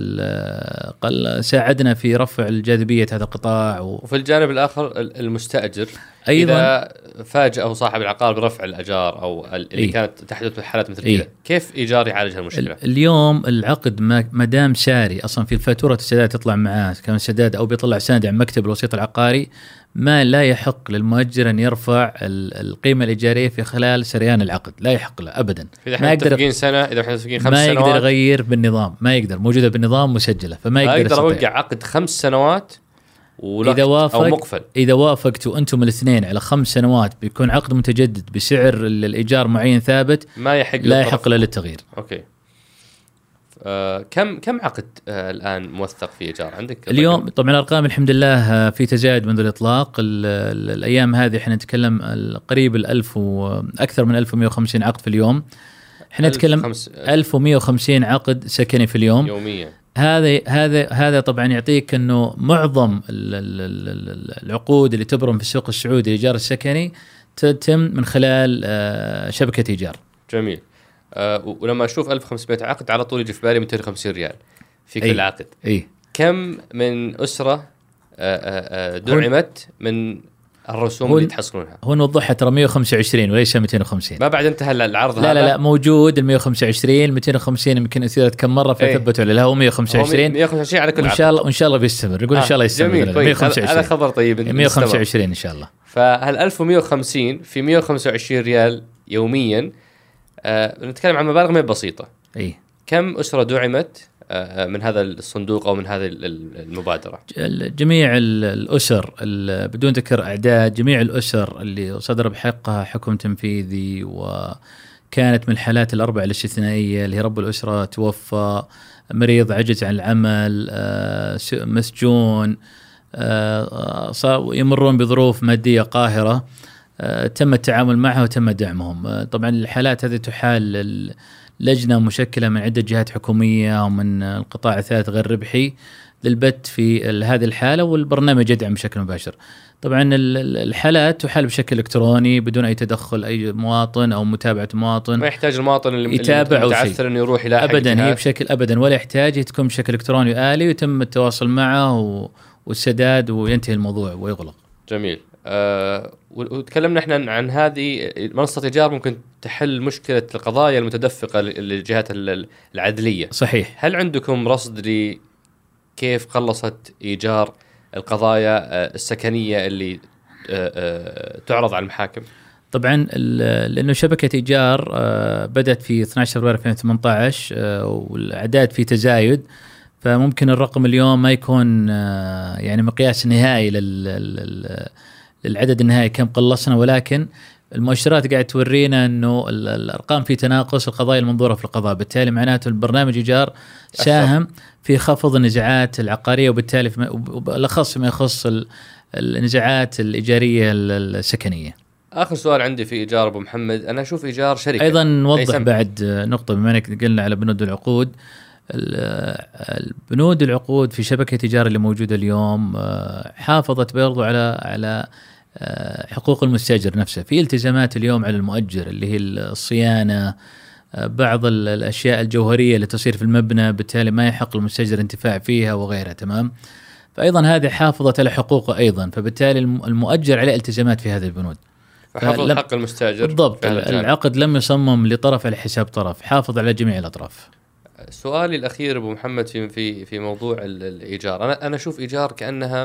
ساعدنا في رفع الجاذبية هذا القطاع. وفي الجانب الآخر المستأجر أيضا إذا فاجأه صاحب العقار برفع الأجار أو اللي كانت تحدث الحالات مثل كذا، كيف إيجار يعالج هالمشكلة؟ اليوم العقد ما دام ساري أصلا في الفاتورة السداد تطلع معاه كان سداد أو بيطلع سند عن مكتب الوسيط العقاري، ما لا يحق للمؤجر أن يرفع القيمة الإيجارية في خلال سريان العقد، لا يحق له أبدا. ما يقدر سنة، إذا احنا متفقين 5 ما سنوات يقدر يغير بالنظام، ما يقدر، موجودة بالنظام مسجلة، فما يقدر يوقع عقد 5 سنوات إذا وافق أو مقفل. إذا وافقتوا أنتم الاثنين على 5 سنوات بيكون عقد متجدد بسعر الإيجار معين ثابت، ما يحق لا يحق له للتغيير. أوكي. كم عقد الآن موثق في إيجار عندك اليوم؟ طبعا الأرقام الحمد لله في تزايد منذ الإطلاق. الأيام هذه احنا نتكلم قريب 1000 وأكثر من 1150 عقد في اليوم. احنا نتكلم 1150 عقد سكني في اليوم يوميا. هذا طبعا يعطيك انه معظم العقود اللي تبرم في السوق السعودي للإيجار السكني تتم من خلال شبكة إيجار. جميل. ولما أشوف 1500 عقد على طول يجي في بالي 250 ريال في كل عقد. كم من أسرة دعمت من الرسوم اللي تحصلونها؟ هو نوضحها ترى 125 وليس 250. ما بعد انتهى العرض لا هذا؟ لا موجود ال 125 250 يمكن أثيرت كم مرة فثبتوا له. هو 125 على كل عقد. وإن شاء الله بيستمر. يقول إن شاء الله يستمر. طيب. 125 هذا خبر طيب. 125 إن شاء الله. فهل 1150 في 125 ريال يوميا، نتكلم عن مبالغ ما بسيطة. كم أسرة دعمت من هذا الصندوق أو من هذه المبادرة؟ جميع الأسر بدون ذكر أعداد، جميع الأسر اللي صدر بحقها حكم تنفيذي وكانت من الحالات الأربع الاستثنائية اللي هي رب الأسرة توفى، مريض عجز عن العمل، مسجون، يمرون بظروف مادية قاهرة، تم التعامل معها وتم دعمهم. طبعا الحالات هذه تحال لجنة مشكلة من عدة جهات حكومية ومن القطاع الثالث غير ربحي للبت في هذه الحالة، والبرنامج يدعم بشكل مباشر. طبعا الحالات تحال بشكل إلكتروني بدون أي تدخل أي مواطن أو متابعة مواطن، ما يحتاج المواطن اللي يتابع متعثر إنه يروح إلى أبدا، هي بشكل أبدا ولا يحتاج، تكون بشكل إلكتروني وآلي ويتم التواصل معه والسداد وينتهي الموضوع ويغلق. جميل. وتكلمنا احنا عن هذه منصة إيجار ممكن تحل مشكلة القضايا المتدفقة للجهات العدلية. صحيح. هل عندكم رصد لكيف قلصت إيجار القضايا السكنية اللي تعرض على المحاكم؟ طبعا لأنه شبكة إيجار بدأت في 12 فبراير 2018 والأعداد في تزايد، فممكن الرقم اليوم ما يكون يعني مقياس نهائي للعدد النهائي كم قلصنا، ولكن المؤشرات قاعد تورينا انه الارقام في تناقص القضايا المنظوره في القضاء، بالتالي معناته البرنامج إيجار ساهم في خفض النزاعات العقاريه، وبالتالي بالاخص ما يخص النزاعات الايجاريه السكنيه. اخر سؤال عندي في إيجار ابو محمد، انا اشوف إيجار شركه. ايضا نوضح بعد نقطه، بما انك قلنا على بنود العقود، البنود العقود في شبكة إيجار اللي موجودة اليوم حافظت برضو على حقوق المستأجر نفسه. في التزامات اليوم على المؤجر اللي هي الصيانة، بعض الأشياء الجوهرية اللي تصير في المبنى بالتالي ما يحق المستأجر انتفاع فيها وغيرها. تمام. فأيضا هذه حافظت على حقوقه أيضا، فبالتالي المؤجر عليه التزامات في هذه البنود. فحافظ حق المستأجر بالضبط. العقد لم يصمم لطرف على حساب طرف، حافظ على جميع الأطراف. سؤالي الأخير أبو محمد في موضوع الإيجار، أنا أشوف إيجار كأنها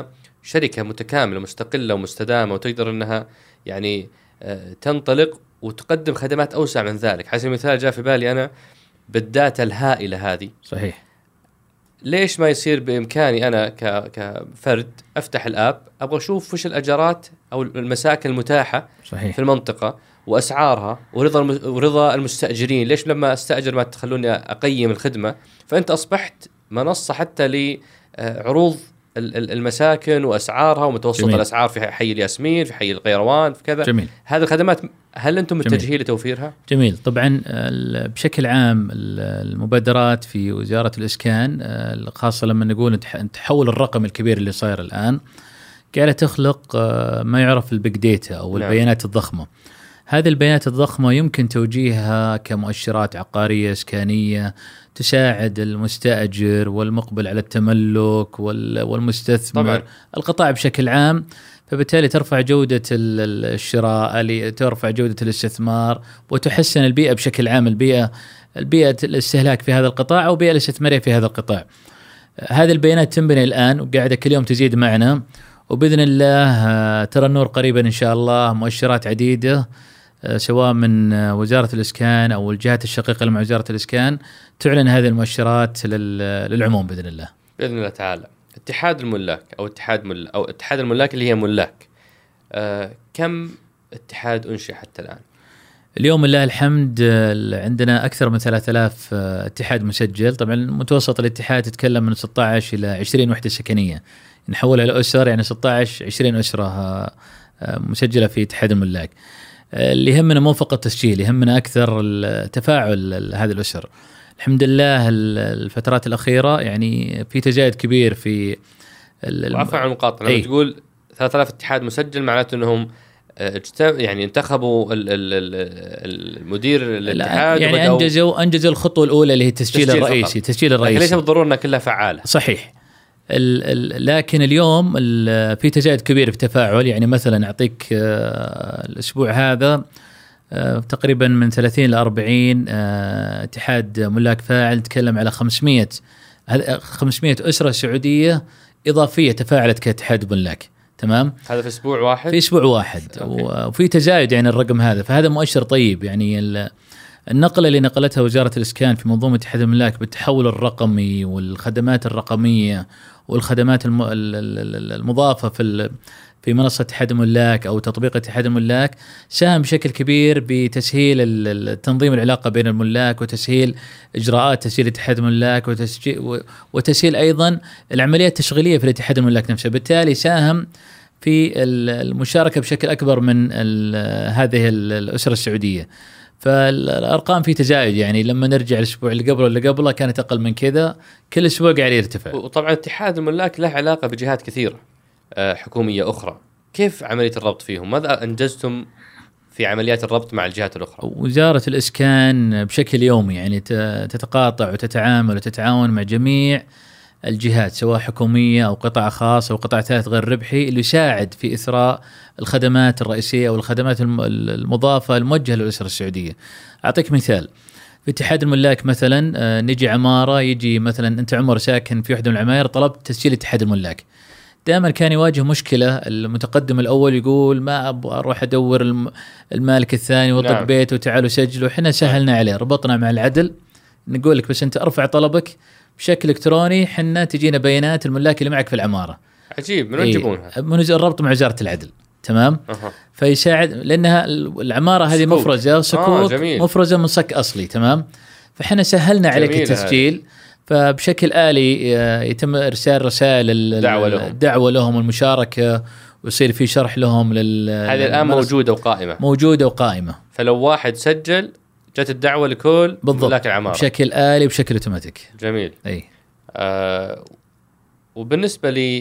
شركة متكاملة مستقلة ومستدامة وتقدر أنها يعني تنطلق وتقدم خدمات أوسع من ذلك. حسب المثال جاء في بالي أنا بالداتا الهائلة هذه. صحيح. ليش ما يصير بإمكاني أنا كفرد أفتح الآب أبغى أشوف وش الأجارات أو المساكن المتاحة صحيح. في المنطقة وأسعارها ورضا المستأجرين. ليش لما أستأجر ما تخلوني أقيم الخدمة؟ فأنت أصبحت منصة حتى لعروض المساكن وأسعارها ومتوسط جميل. الأسعار في حي الياسمين، في حي القيروان، في كذا. جميل. هذه الخدمات هل أنتم متجهين لتوفيرها؟ جميل. طبعا بشكل عام المبادرات في وزارة الإسكان خاصة لما نقول تحول الرقم الكبير اللي صاير الآن قاعدة تخلق ما يعرف البيج داتا أو البيانات الضخمة. هذه البيانات الضخمة يمكن توجيهها كمؤشرات عقارية إسكانية تساعد المستأجر والمقبل على التملك والمستثمر طبعا. القطاع بشكل عام، فبالتالي ترفع جودة الشراء، ترفع جودة الاستثمار، وتحسن البيئة بشكل عام، البيئة الاستهلاك في هذا القطاع أو البيئة الاستثمارية في هذا القطاع. هذه البيانات تنبني الآن وقاعدة كل يوم تزيد معنا، وبإذن الله ترى النور قريبا إن شاء الله. مؤشرات عديدة سواء من وزارة الإسكان أو الجهات الشقيقة مع وزارة الإسكان تعلن هذه المؤشرات للعموم بإذن الله. بإذن الله تعالى. اتحاد الملاك أو اتحاد الملاك اللي هي ملاك، كم اتحاد أنشئ حتى الآن؟ اليوم لله الحمد عندنا أكثر من 3000 اتحاد مسجل. طبعا متوسط الاتحاد يتكلم من 16 إلى 20 وحدة سكنية، نحولها لأسر يعني 16-20 أسرة مسجلة في اتحاد الملاك. اللي يهمنا مو فقط تسجيل، يهمنا أكثر التفاعل هذه الأسر. الحمد لله الفترات الأخيرة يعني في تزايد كبير في وعفوا عن المقاطعة. لما تقول 3000 اتحاد مسجل معناته أنهم يعني انتخبوا المدير الاتحاد يعني أنجزوا الخطوة الأولى اللي هي التسجيل الرئيسي. تسجيل الرئيسي ليس بالضرورة أنها كلها فعالة. صحيح. لكن اليوم في تزايد كبير في تفاعل. يعني مثلا أعطيك الأسبوع هذا تقريبا من 30 إلى 40 اتحاد ملاك فاعل، تكلم على 500 أسرة سعودية إضافية تفاعلت كاتحاد ملاك. تمام. هذا في أسبوع واحد. في أسبوع واحد. وفي تزايد يعني الرقم هذا، فهذا مؤشر طيب. يعني النقلة اللي نقلتها وزارة الإسكان في منظومة اتحاد الملاك بالتحول الرقمي والخدمات الرقمية والخدمات المضافة في منصة اتحاد الملاك أو تطبيق اتحاد الملاك ساهم بشكل كبير بتسهيل تنظيم العلاقة بين الملاك وتسهيل إجراءات تسجيل اتحاد الملاك وتسهيل أيضا العمليات التشغيلية في الاتحاد الملاك نفسه. بالتالي ساهم في المشاركة بشكل أكبر من هذه الأسرة السعودية. فالأرقام في تزايد. يعني لما نرجع الأسبوع اللي قبله اللي قبله كانت أقل من كذا، كل أسبوع قاعد يرتفع. وطبعا اتحاد الملاك له علاقة بجهات كثيرة حكومية أخرى. كيف عملية الربط فيهم؟ ماذا أنجزتم في عمليات الربط مع الجهات الأخرى؟ وزارة الإسكان بشكل يومي يعني تتقاطع وتتعامل وتتعاون مع جميع الجهات سواء حكومية أو قطاع خاص أو قطاع ثالث غير ربحي اللي يساعد في إثراء الخدمات الرئيسية أو الخدمات المضافة الموجهة للأسرة السعودية. أعطيك مثال. في اتحاد الملاك مثلا نجي عمارة، يجي مثلا أنت عمر ساكن في واحدة من العماير، طلبت تسجيل اتحاد الملاك. دائما كان يواجه مشكلة المتقدم الأول يقول ما أبغى أروح أدور المالك الثاني وطق نعم. بيته وتعالوا سجلوا. حنا سهلنا عليه، ربطنا مع العدل، نقول لك بس أنت أرفع طلبك بشكل إلكتروني، حنا تجينا بيانات الملاك اللي معك في العمارة. عجيب. من يجيبونها؟ من الربط مع وزارة العدل. تمام. فيساعد لأنها العمارة هذه مفرزة صكوك مفرزة من صك أصلي. تمام. فحنا سهلنا عليك التسجيل. فبشكل آلي يتم إرسال رسائل الدعوة لهم والمشاركة، ويصير في شرح لهم هذه الآن موجودة وقائمة. فلو واحد سجل جت الدعوة لكل ملاك العمارة بشكل آلي بشكل اوتوماتيك. جميل. أي. وبالنسبة لي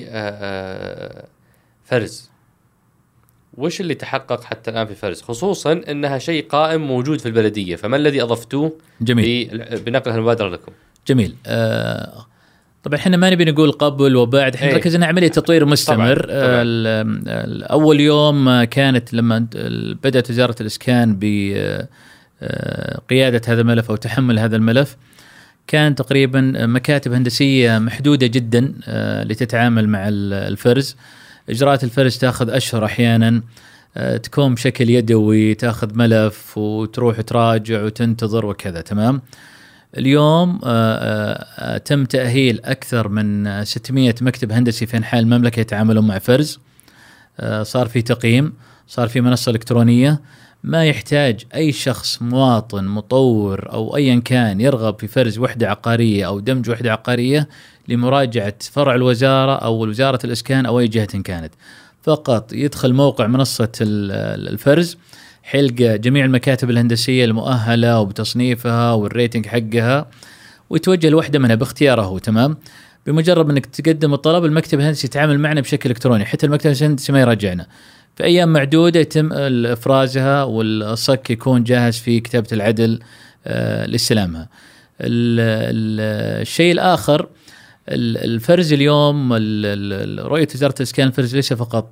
فرز، وش اللي تحقق حتى الآن في فرز، خصوصا أنها شيء قائم موجود في البلدية، فما الذي أضفتوه بنقل هالمبادرة لكم؟ جميل. طبعا احنا ما نبي نقول قبل وبعد، احنا ركزنا عملية تطوير مستمر. طبعاً. أول يوم كانت لما بدأت وزارة الإسكان بقيادة هذا الملف أو تحمل هذا الملف، كان تقريبا مكاتب هندسية محدودة جدا لتتعامل مع الفرز. إجراءات الفرز تأخذ أشهر أحيانا، تكون بشكل يدوي، تأخذ ملف وتروح تراجع وتنتظر وكذا. تمام. اليوم تم تأهيل أكثر من 600 مكتب هندسي في أنحاء المملكة يتعاملون مع فرز. صار في تقييم، صار في منصة إلكترونية، ما يحتاج أي شخص مواطن مطور أو أيا كان يرغب في فرز وحدة عقارية أو دمج وحدة عقارية لمراجعة فرع الوزارة أو وزارة الإسكان أو أي جهة كانت. فقط يدخل موقع منصة الفرز، حلقة جميع المكاتب الهندسية المؤهلة وبتصنيفها والريتنج حقها، ويتوجه لوحدة منها باختياره. تمام. بمجرد أنك تقدم الطلب، المكتب الهندسي يتعامل معنا بشكل إلكتروني، حتى المكتب الهندسي ما يراجعنا. في أيام معدودة يتم إفرازها والصك يكون جاهز في كتابة العدل لاستلامها. الشيء الآخر، الفرز اليوم رؤية وزارة الإسكان، الفرز ليس فقط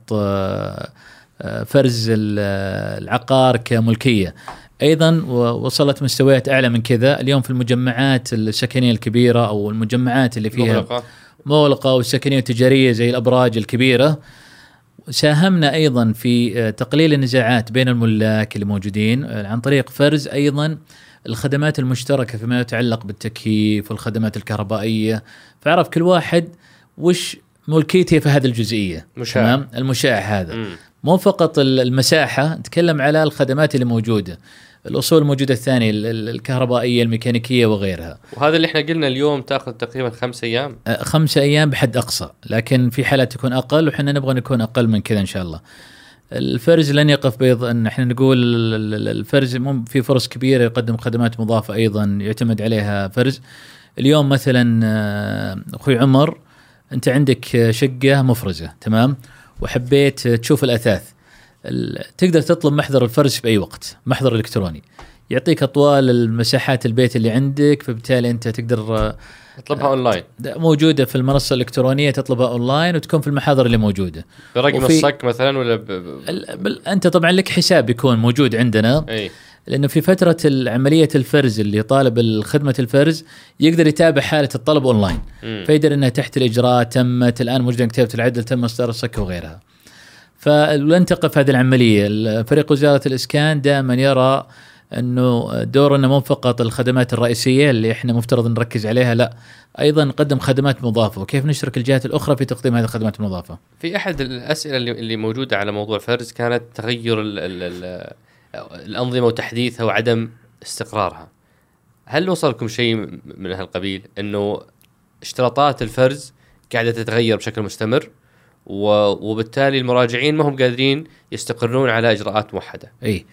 فرز العقار كملكية، أيضا وصلت مستويات أعلى من كذا. اليوم في المجمعات السكنية الكبيرة أو المجمعات اللي فيها مغلقة والسكنية التجارية زي الأبراج الكبيرة، ساهمنا أيضا في تقليل النزاعات بين الملاك اللي موجودين عن طريق فرز أيضا الخدمات المشتركة فيما يتعلق بالتكييف والخدمات الكهربائية، فعرف كل واحد وش ملكيته في هذه الجزئية. تمام. المشاع هذا مو فقط المساحة، نتكلم على الخدمات اللي موجودة، الأصول الموجودة الثانية الكهربائية الميكانيكية وغيرها. وهذا اللي احنا قلنا اليوم تأخذ تقريبا 5 أيام. 5 أيام بحد أقصى، لكن في حالات تكون أقل، وحنا نبغى نكون أقل من كذا إن شاء الله. الفرز لن يقف بيض أن احنا نقول الفرز في فرص كبيرة يقدم خدمات مضافة أيضا يعتمد عليها فرز. اليوم مثلا أخوي عمر، أنت عندك شقة مفرزة، تمام، وحبيت تشوف الأثاث، تقدر تطلب محضر الفرز في أي وقت، محضر إلكتروني يعطيك أطوال المساحات البيت اللي عندك، فبالتالي أنت تقدر تطلبها أونلاين، موجودة في المنصة الإلكترونية، تطلبها أونلاين وتكون في المحاضر اللي موجودة برقم الصك مثلا، ولا أنت طبعا لك حساب يكون موجود عندنا. أي. لأنه في فترة عملية الفرز اللي طالب الخدمة الفرز يقدر يتابع حالة الطلب أونلاين، فيقدر أنها تحت الإجراء تمت الآن، موجودة كتابة العدل، تم إصدار الصك وغيرها. فلن تقف هذه العملية. فريق وزارة الإسكان دائما يرى أنه دورنا مو فقط الخدمات الرئيسية اللي إحنا مفترض نركز عليها، لا، أيضا نقدم خدمات مضافة، وكيف نشرك الجهات الأخرى في تقديم هذه الخدمات المضافة. في أحد الأسئلة اللي موجودة على موضوع فرز كانت تغير الأنظمة وتحديثها وعدم استقرارها. هل وصلكم شيء من هالقبيل، أنه اشتراطات الفرز قاعدة تتغير بشكل مستمر وبالتالي المراجعين ما هم قادرين يستقرون على إجراءات موحدة؟ أي.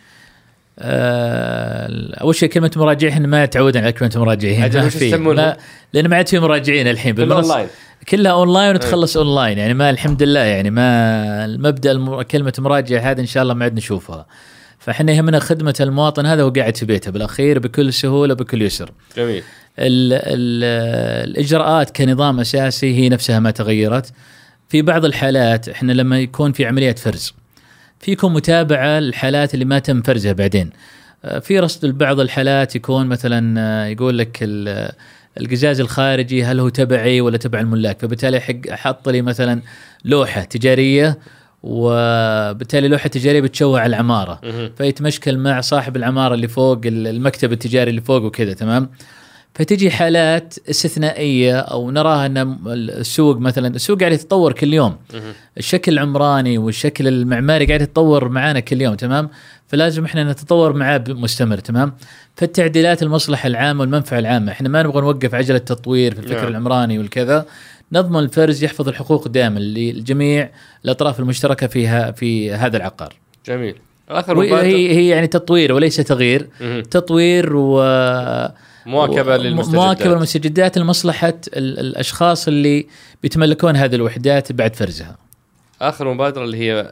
أول شيء كلمة مراجعين إحنا ما تعودنا على كلمة مراجعين، لأن ما عاد في مراجعين الحين بالمنصة كلها أونلاين وتخلص أونلاين، يعني ما الحمد لله، يعني ما المبدأ كلمة مراجع هذا إن شاء الله ما عاد نشوفها. فإحنا يهمنا خدمة المواطن هذا وهو قاعد في بيته بالأخير بكل سهولة بكل يسر. جميل. الإجراءات كنظام أساسي هي نفسها ما تغيرت. في بعض الحالات إحنا لما يكون في عملية فرز فيكم متابعة الحالات اللي ما تم فرزها، بعدين في رصد بعض الحالات يكون مثلا يقول لك القزاز الخارجي هل هو تبعي ولا تبع الملاك، فبالتالي حط لي مثلا لوحة تجارية، وبالتالي لوحة تجارية بتشوه على العمارة، فيتمشكل مع صاحب العمارة اللي فوق المكتب التجاري اللي فوق وكذا. تمام. فتجي حالات استثنائية أو نراها أن السوق مثلا، السوق قاعد يتطور كل يوم، الشكل العمراني والشكل المعماري قاعد يتطور معانا كل يوم. تمام. فلازم إحنا نتطور معاه مستمر. تمام. فالتعديلات المصلحة العامة والمنفعة العامة، إحنا ما نبغى نوقف عجلة التطوير في الفكر العمراني والكذا، نضمن الفرز يحفظ الحقوق دائما للجميع الأطراف المشتركة في هذا العقار. جميل. هي يعني تطوير وليس تغيير. تطوير مواكبة للمستجدات لمصلحة الأشخاص اللي بيتملكون هذه الوحدات بعد فرزها. آخر مبادرة اللي هي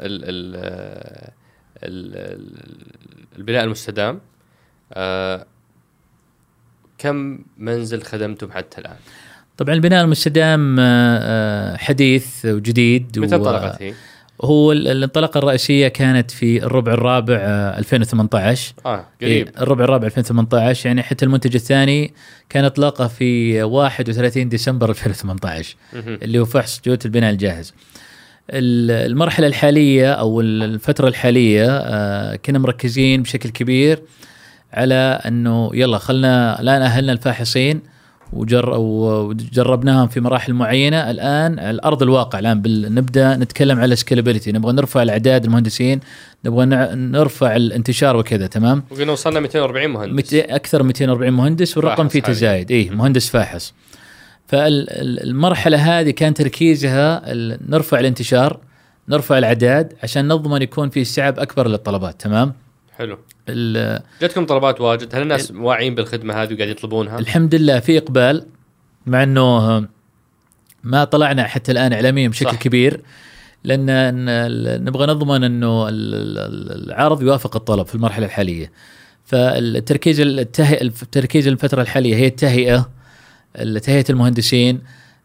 البناء المستدام، كم منزل خدمتم حتى الآن؟ طبعا البناء المستدام حديث وجديد. متى انطلقت هي؟ هو الانطلاقة الرئيسية كانت في الربع الرابع 2018. قريب. الربع الرابع 2018، يعني حتى المنتج الثاني كان اطلاقه في 31 ديسمبر 2018 اللي هو فحص جودة البناء الجاهز. المرحلة الحالية أو الفترة الحالية كنا مركزين بشكل كبير على أنه يلا خلنا الآن أهلنا الفاحصين وجربناهم في مراحل معينة. الآن على أرض الواقع الآن نبدأ نتكلم على سكيلابيلتي، نبغى نرفع الأعداد المهندسين، نبغى نرفع الانتشار وكذا. تمام. وقلنا وصلنا 240 مهندس، أكثر 240 مهندس، والرقم فيه تزايد. مهندس فاحص. فالمرحلة هذه كان تركيزها نرفع الانتشار، نرفع الأعداد عشان نضمن يكون في استيعاب أكبر للطلبات. تمام. حلو. جاتكم طلبات واجد؟ هل الناس واعيين بالخدمة هذه وقاعد يطلبونها؟ الحمد لله في إقبال، مع أنه ما طلعنا حتى الآن إعلاميا بشكل كبير، لأن نبغى نضمن أنه العرض يوافق الطلب في المرحلة الحالية. فالتركيز التركيز الفترة الحالية هي تهيئة المهندسين،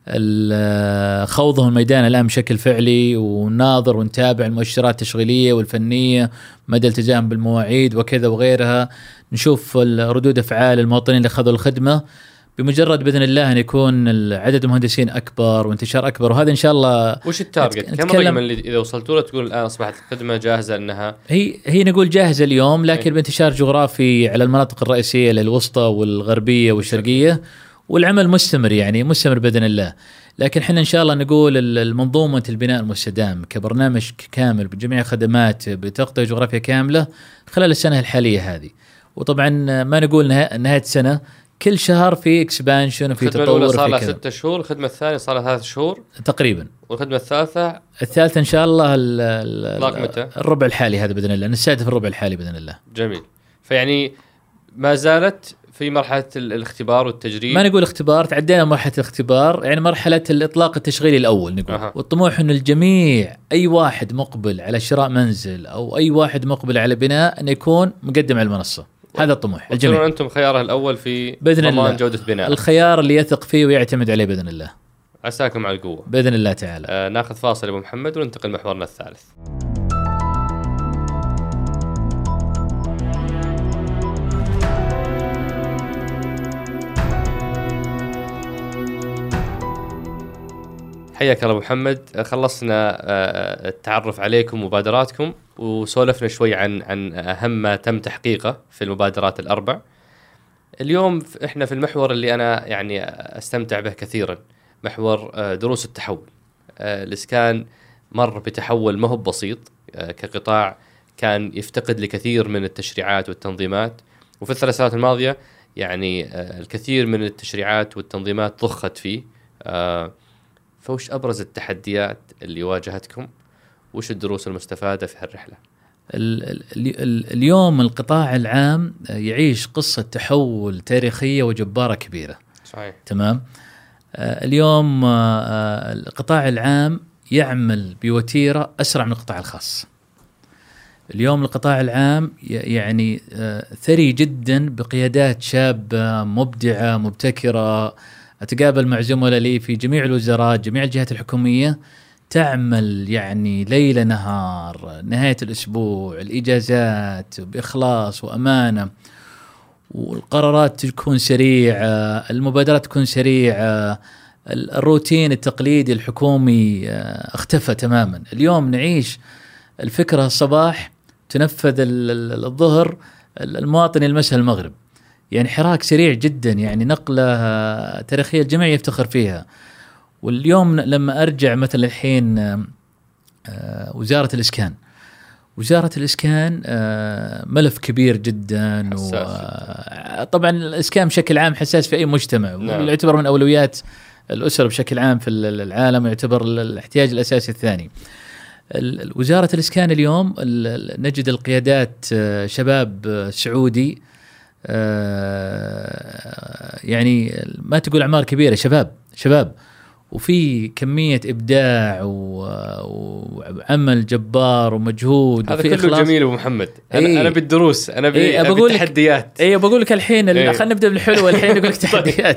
خوضهم الميدان الآن بشكل فعلي، وناظر ونتابع المؤشرات التشغيلية والفنية، مدى التزام بالمواعيد وكذا وغيرها. نشوف ردود أفعال المواطنين اللي أخذوا الخدمة. بمجرد بإذن الله أن يكون عدد المهندسين أكبر وانتشار أكبر، وهذا إن شاء الله. وش التارجت؟ كم الرقم اللي إذا وصلتوا له تقول الآن أصبحت الخدمة جاهزة؟ أنها هي نقول جاهزة اليوم، لكن بانتشار جغرافي على المناطق الرئيسية للوسطى والغربية والشرقية، والعمل مستمر يعني مستمر بإذن الله. لكن حنا إن شاء الله نقول المنظومة البناء المستدام كبرنامج كامل بجميع خدمات بتغطية جغرافية كاملة خلال السنة الحالية هذه. وطبعا ما نقول نهاية سنة، كل شهر في اكسبانشن وفي تطور. صار لها 6 شهور، الخدمة الثانية صار لها 3 شهور تقريبا، والخدمة الثالثة إن شاء الله الربع الحالي هذا بإذن الله، نستهدف الربع الحالي بإذن الله. جميل. فيعني ما زالت في مرحلة الاختبار والتجريب. ما نقول اختبار، تعدينا مرحلة الاختبار، يعني مرحلة الإطلاق التشغيلي الأول نقول. والطموح إن الجميع، أي واحد مقبل على شراء منزل أو أي واحد مقبل على بناء، أن يكون مقدم على المنصة. هذا الطموح الجميع. أنتم خياره الأول في ضمان جودة بناء، الخيار اللي يثق فيه ويعتمد عليه بإذن الله. عساكم على القوة بإذن الله تعالى. ناخذ فاصل أبو محمد وننتقل محورنا الثالث. حياك الله أبو محمد. خلصنا التعرف عليكم ومبادراتكم، وسولفنا شوي عن أهم ما تم تحقيقه في المبادرات الأربع. اليوم إحنا في المحور اللي أنا يعني أستمتع به كثيرا، محور دروس التحول. الإسكان مر بتحول ما هو بسيط، كقطاع كان يفتقد لكثير من التشريعات والتنظيمات، وفي الثلاث سنوات الماضية يعني الكثير من التشريعات والتنظيمات ضخت فيه. فوش أبرز التحديات اللي واجهتكم؟ وش الدروس المستفادة في هالرحلة؟ اليوم القطاع العام يعيش قصة تحول تاريخية وجبارة كبيرة. صحيح. تمام. اليوم القطاع العام يعمل بوتيرة أسرع من القطاع الخاص. اليوم القطاع العام يعني ثري جدا بقيادات شابة مبدعة مبتكرة. أتقابل مع زملاء لي في جميع الوزارات، جميع الجهات الحكومية، تعمل يعني ليل نهار، نهاية الأسبوع، الإجازات بإخلاص وأمانة، والقرارات تكون سريعة، المبادرات تكون سريعة، الروتين التقليدي الحكومي اختفى تماما. اليوم نعيش الفكرة الصباح تنفذ الظهر، المواطن يلمسها المغرب، يعني حراك سريع جدا، يعني نقلة تاريخية الجميع يفتخر فيها. واليوم لما أرجع مثلا الحين وزارة الإسكان ملف كبير جدا، طبعا الإسكان بشكل عام حساس في أي مجتمع، يعتبر من أولويات الأسر بشكل عام في العالم، يعتبر الاحتياج الأساسي الثاني. وزارة الإسكان اليوم نجد القيادات شباب سعودي، يعني ما تقول أعمار كبيرة، شباب وفي كمية إبداع وعمل جبار ومجهود. هذا كله جميل أبو محمد. أنا بالدروس، أنا بالتحديات. بقول لك الحين خلينا نبدأ بالحلو. الحين أقول لك تحديات.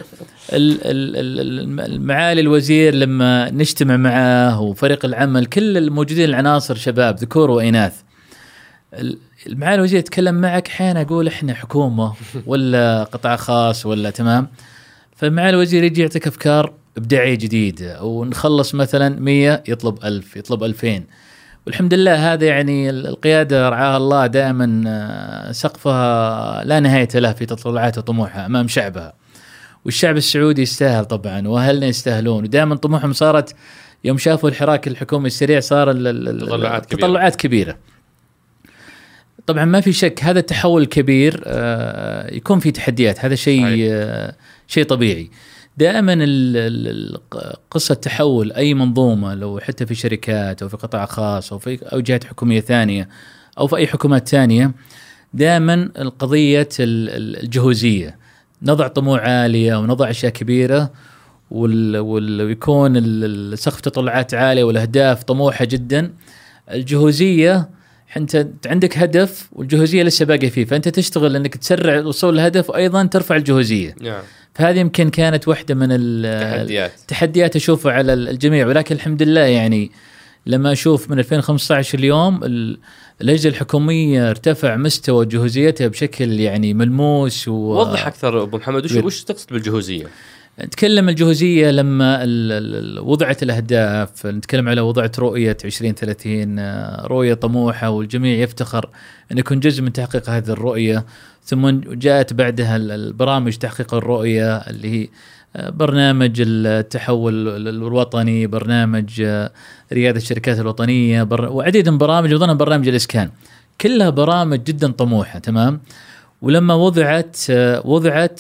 المعالي الوزير لما نجتمع معه وفريق العمل، كل الموجودين العناصر شباب ذكور وإناث. المعالي الوزير يتكلم معك، حين أقول إحنا حكومة ولا قطاع خاص ولا تمام. فالمعالي الوزير يجي يعطيك أفكار إبداعية جديدة، ونخلص مثلا 100 يطلب 1000 يطلب 2000. والحمد لله هذا يعني القيادة رعاها الله دائما سقفها لا نهاية له في تطلعات وطموحها أمام شعبها. والشعب السعودي يستاهل طبعا، وأهلنا يستاهلون، ودائما طموحهم صارت يوم شافوا الحراك الحكومي السريع صار تطلعات كبيرة. طبعا ما في شك هذا التحول الكبير يكون في تحديات، هذا شيء طبيعي. دائما قصة تحول أي منظومة، لو حتى في شركات أو في قطاع خاص أو في أو جهات حكومية ثانية أو في أي حكومات ثانية، دائما القضية الجهوزية، نضع طموح عالية ونضع أشياء كبيرة ويكون سقف تطلعات عالية والأهداف طموحة جدا. الجهوزية أنت عندك هدف والجهوزية لسه باقي فيه، فأنت تشتغل أنك تسرع الوصول للهدف وأيضا ترفع الجهوزية. فهذه يمكن كانت واحدة من التحديات أشوفها على الجميع. ولكن الحمد لله يعني لما أشوف من 2015 اليوم اللجنة الحكومية ارتفع مستوى جهوزيتها بشكل يعني ملموس. وضح أكثر أبو محمد، وش تقصد بالجهوزية؟ نتكلم الجهوزية لما وضعت الأهداف، نتكلم على وضعت رؤية 2030، رؤية طموحة والجميع يفتخر أن يكون جزء من تحقيق هذه الرؤية. ثم جاءت بعدها البرامج تحقيق الرؤية اللي هي برنامج التحول الوطني، برنامج ريادة الشركات الوطنية، وعديد من برامج، وضمن برنامج الإسكان، كلها برامج جدا طموحة. تمام. ولما وضعت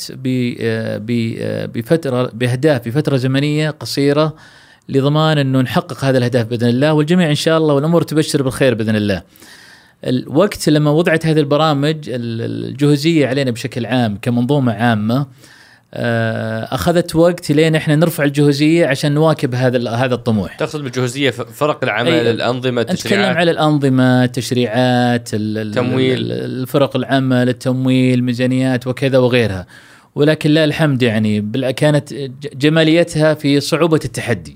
بفترة بأهداف بفترة زمنية قصيرة لضمان أنه نحقق هذا الأهداف بإذن الله، والجميع إن شاء الله والأمور تبشر بالخير بإذن الله. الوقت لما وضعت هذه البرامج الجهوزية علينا بشكل عام كمنظومة عامة أخذت وقت لين إحنا نرفع الجهوزية عشان نواكب هذا الطموح. تقصد بالجهوزية فرق العمل، الأنظمة، التشريعات؟ نتكلم على الأنظمة، التشريعات، التمويل، الفرق العمل، التمويل، ميزانيات وكذا وغيرها. ولكن لا الحمد يعني كانت جماليتها في صعوبة التحدي.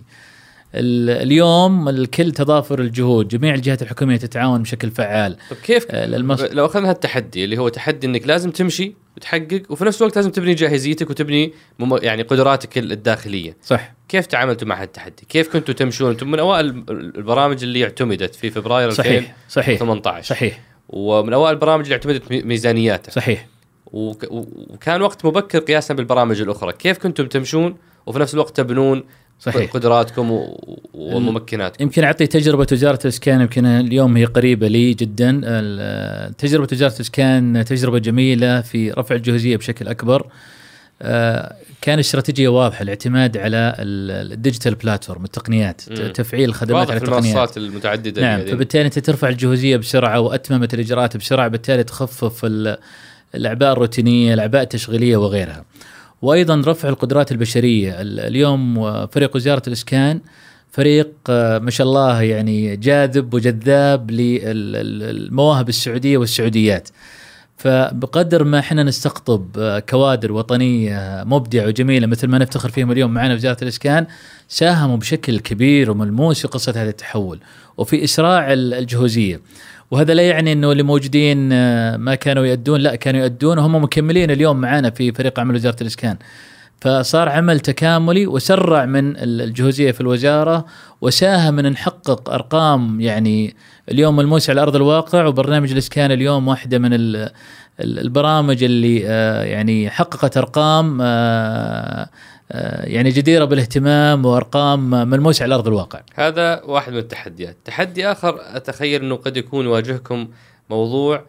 اليوم الكل تضافر الجهود، جميع الجهات الحكومية تتعاون بشكل فعال. طب كيف لو أخذنا التحدي اللي هو تحدي أنك لازم تمشي وتحقق وفي نفس الوقت لازم تبني جاهزيتك وتبني يعني قدراتك الداخلية، صح؟ كيف تعاملتوا مع التحدي؟ كيف كنتوا تمشون أنتم من أوائل البرامج اللي اعتمدت في فبراير 2018؟ صحيح. ومن أوائل البرامج اللي اعتمدت ميزانياتها. صحيح. وكان وقت مبكر قياسا بالبرامج الأخرى. كيف كنتم تمشون وفي نفس الوقت تبنون صحيح قدراتكم وممكناتكم؟ يمكن أعطي تجربة وزارة الإسكان، يمكن اليوم هي قريبة لي جدا. تجربة وزارة الإسكان تجربة جميلة في رفع الجهوزية بشكل أكبر. كان استراتيجية واضحة، الاعتماد على الديجيتال بلاتفورم، التقنيات، تفعيل الخدمات على التقنيات، المنصات المتعددة. نعم. فبالتالي أنت ترفع الجهوزية بسرعة وأتممت الإجراءات بسرعة، بالتالي تخفف الأعباء الروتينية، الأعباء التشغيلية وغيرها. وأيضا رفع القدرات البشرية. اليوم فريق وزارة الإسكان فريق ما شاء الله يعني جاذب وجذاب للمواهب السعودية والسعوديات. فبقدر ما احنا نستقطب كوادر وطنية مبدعة وجميلة مثل ما نفتخر فيهم اليوم معنا وزارة الإسكان، ساهموا بشكل كبير وملموس في قصة هذا التحول وفي إسراع الجهوزية. وهذا لا يعني أنه اللي موجودين ما كانوا يؤدون، لا كانوا يؤدون وهم مكملين اليوم معنا في فريق عمل وزارة الإسكان. فصار عمل تكاملي وسرع من الجهوزية في الوزارة، وساهم من نحقق أرقام يعني اليوم ملموسة على أرض الواقع. وبرنامج الإسكان اليوم واحدة من البرامج اللي يعني حققت أرقام يعني جديرة بالاهتمام وأرقام ملموسة على أرض الواقع. هذا واحد من التحديات. تحدي آخر أتخيل أنه قد يكون يواجهكم موضوع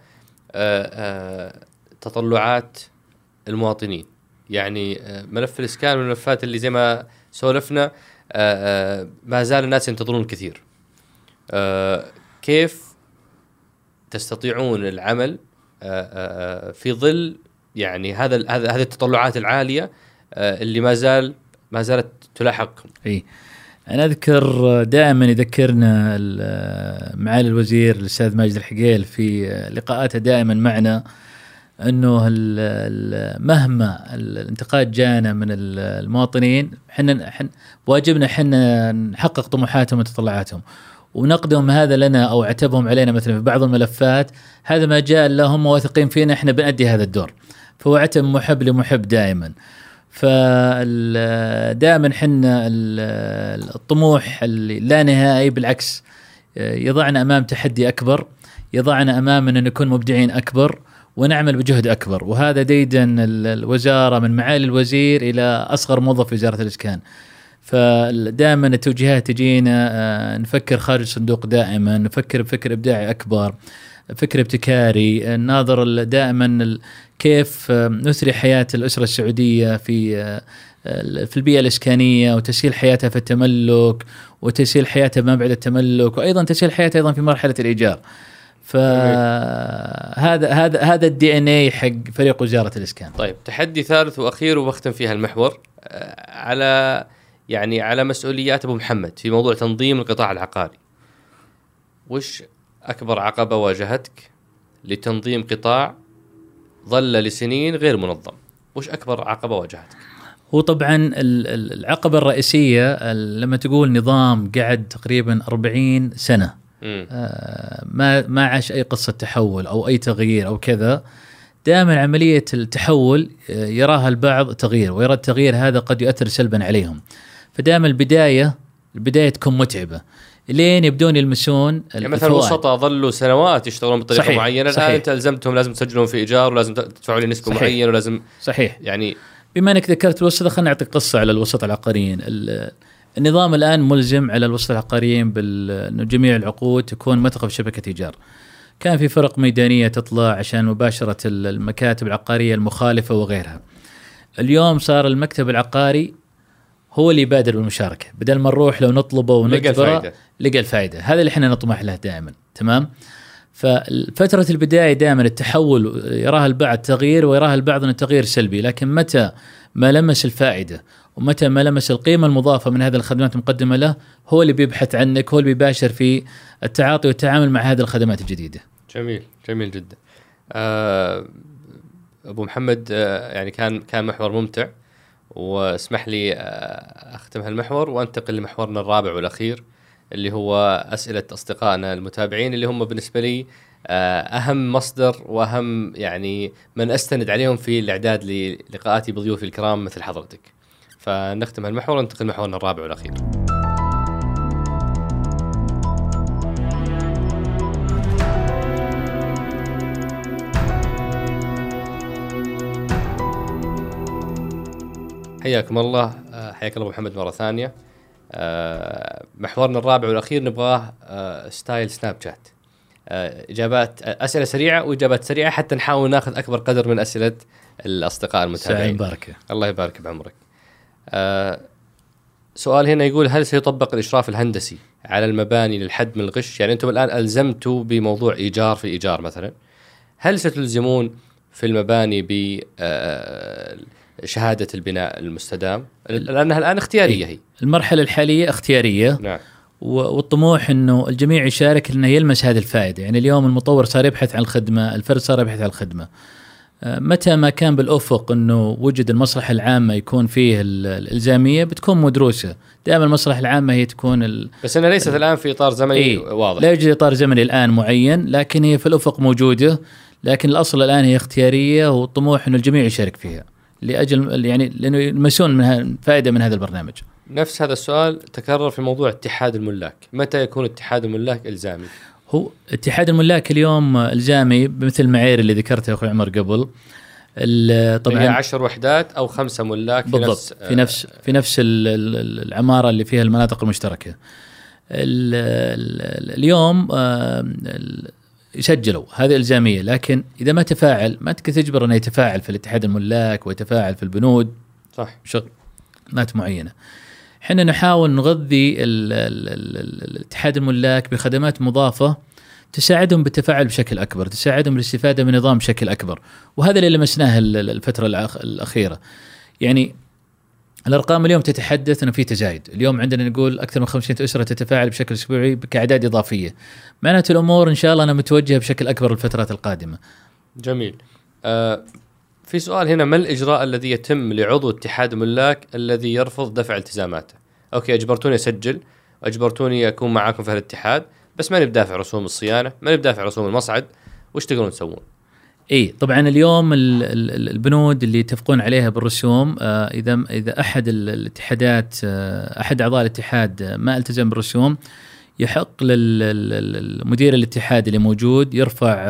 تطلعات المواطنين. يعني ملف الإسكان والملفات اللي زي ما سولفنا ما زال الناس ينتظرون كثير. كيف تستطيعون العمل في ظل يعني هذه التطلعات العالية اللي ما زالت تلاحقكم؟ أنا أذكر دائما يذكرنا معالي الوزير الأستاذ ماجد الحقيل في لقاءاته دائما معنا أنه مهما الانتقاد جانا من المواطنين، حنا واجبنا حنا نحقق طموحاتهم وتطلعاتهم ونقدم هذا لنا أو عتبهم علينا مثلا في بعض الملفات. هذا ما جاء لهم واثقين فينا، احنا بنأدي هذا الدور. فهو عتب محب لمحب دائما. فدائما حنا الطموح اللي لا نهائي بالعكس يضعنا أمام تحدي أكبر، يضعنا أمام أن نكون مبدعين أكبر ونعمل بجهد أكبر. وهذا ديدن الوزارة من معالي الوزير إلى أصغر موظف في وزارة الإسكان. فدائما التوجيهات تجينا نفكر خارج الصندوق، دائما نفكر بفكر إبداعي أكبر، فكر ابتكاري، ناظر دائما كيف نثري حياة الأسرة السعودية في البيئة الإسكانية، وتسهيل حياتها في التملك، وتسهيل حياتها ما بعد التملك، وأيضا تسهيل حياتها أيضا في مرحلة الإيجار. فهذا الدي ان اي حق فريق وزارة الإسكان. طيب، تحدي ثالث وأخير وبختم فيها المحور على مسؤوليات أبو محمد في موضوع تنظيم القطاع العقاري. وش أكبر عقبة واجهتك لتنظيم قطاع ظل لسنين غير منظم؟ وش أكبر عقبة واجهتك؟ هو طبعا العقبة الرئيسية لما تقول نظام قعد تقريبا 40 سنة ما عاش أي قصة تحول أو أي تغيير أو كذا، دائما عملية التحول يراها البعض تغيير، ويرى التغيير هذا قد يؤثر سلبا عليهم. فدائما البداية تكون متعبة لين يبدون يلمسون. يعني مثلا الوسطاء ظلوا سنوات يشتغلون بطريقة معينة، الآن أنت ألزمتهم لازم تسجلون في إيجار، ولازم تدفعوا لي نسبة معينة، ولازم صحيح. يعني بما أنك ذكرت الوسطاء، خلنا نعطيك قصة على الوسطاء العقاريين. النظام الآن ملزم على الوسطاء العقاريين بأن جميع العقود تكون متقف شبكة إيجار. كان في فرق ميدانية تطلع عشان مباشرة المكاتب العقارية المخالفة وغيرها. اليوم صار المكتب العقاري هو اللي يبادر بالمشاركة، بدل ما نروح لو نطلبه ونجبره لقى الفائدة. هذا اللي احنا نطمح له دائما. تمام. ففترة البداية دائما التحول يراها البعض تغيير، ويراها البعض أن التغيير سلبي، لكن متى ما لمس الفائدة ومتى ما لمس القيمة المضافة من هذه الخدمات المقدمة له، هو اللي بيبحث عنك، هو اللي بيباشر في التعاطي والتعامل مع هذه الخدمات الجديدة. جميل جدا. أبو محمد، يعني كان محور ممتع، واسمح لي أختم هالمحور وأنتقل لمحورنا الرابع والأخير، اللي هو أسئلة أصدقائنا المتابعين، اللي هم بالنسبة لي أهم مصدر وأهم يعني من أستند عليهم في الإعداد للقاءاتي بضيوفي الكرام مثل حضرتك. فنختم هالمحور وننتقل لمحورنا الرابع والأخير. حياكم الله، حياك الله أبو محمد مرة ثانية. محورنا الرابع والأخير نبغاه ستايل سناب شات، إجابات أسئلة سريعة وإجابات سريعة، حتى نحاول ناخذ أكبر قدر من أسئلة الأصدقاء المتابعين. بركة. الله يبارك بعمرك. سؤال هنا يقول: هل سيطبق الإشراف الهندسي على المباني للحد من الغش؟ يعني أنتم الآن ألزمتوا بموضوع إيجار في إيجار مثلا، هل ستلزمون في المباني بشهادة البناء المستدام؟ لأنها الآن اختيارية. هي المرحلة الحالية اختيارية. نعم. والطموح أنه الجميع يشارك لأنه يلمس هذه الفائدة. يعني اليوم المطور صار يبحث عن الخدمة، الفرد صار يبحث عن الخدمة. متى ما كان بالأفق أنه وجد المصلحة العامة يكون فيه الإلزامية بتكون مدروسة. دائما المصلحة العامة هي تكون بس أنا ليست الآن في إطار زمني واضح. لا يوجد إطار زمني الآن معين، لكن هي في الأفق موجودة. لكن الأصل الآن هي اختيارية، والطموح أنه الجميع يشارك فيها لأجل يعني لأنه يلمسون منها فائدة من هذا البرنامج. نفس هذا السؤال تكرر في موضوع اتحاد الملاك. متى يكون اتحاد الملاك إلزامي؟ هو اتحاد الملاك اليوم إلزامي بمثل المعايير اللي ذكرتها يا أخوي عمر قبل. طبعا 10 وحدات أو 5 ملاك بالضبط في نفس العمارة اللي فيها المناطق المشتركة. اليوم يسجلوا هذه إلزامية، لكن إذا ما تفاعل ما تجبر أنه يتفاعل في الاتحاد الملاك ويتفاعل في البنود. صح. شغلات معينة. حنا نحاول نغذي الاتحاد الملاك بخدمات مضافة تساعدهم بالتفاعل بشكل أكبر، تساعدهم بالاستفادة من النظام بشكل أكبر. وهذا اللي لمسناه الفترة الأخيرة. يعني الأرقام اليوم تتحدث أنه في تزايد. اليوم عندنا نقول أكثر من 50 أسرة تتفاعل بشكل أسبوعي كأعداد إضافية. معناته الأمور إن شاء الله أنا متوجهة بشكل أكبر الفترات القادمة. جميل. في سؤال هنا: ما الإجراء الذي يتم لعضو اتحاد ملاك الذي يرفض دفع التزاماته؟ أوكي، أجبرتوني أسجل وأجبرتوني أكون معاكم في الاتحاد، بس ما نبدافع رسوم الصيانة، ما نبدافع رسوم المصعد، وش تقولون تسوون؟ اي طبعا اليوم البنود اللي يتفقون عليها بالرسوم، اذا احد الاتحادات احد اعضاء الاتحاد ما التزم بالرسوم، يحق للمدير الاتحاد اللي موجود يرفع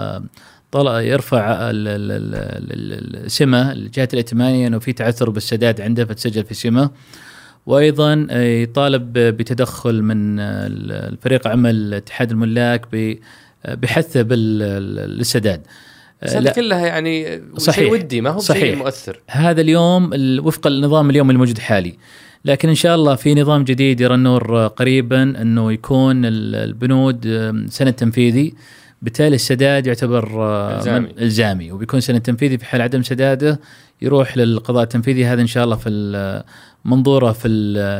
السمة الجهة الائتمانية انه في تعثر بالسداد عنده فتسجل في سمة، وايضا يطالب بتدخل من الفريق عمل اتحاد الملاك بحثه بالسداد. هذه كلها يعني شيء ودي، ما هو شيء مؤثر. هذا اليوم وفق النظام اليوم الموجود حالي، لكن إن شاء الله في نظام جديد يرى النور قريبا أنه يكون البنود سند تنفيذي، بالتالي السداد يعتبر إلزامي، وبيكون سند تنفيذي في حال عدم سداده يروح للقضاء التنفيذي. هذا إن شاء الله في منظورة في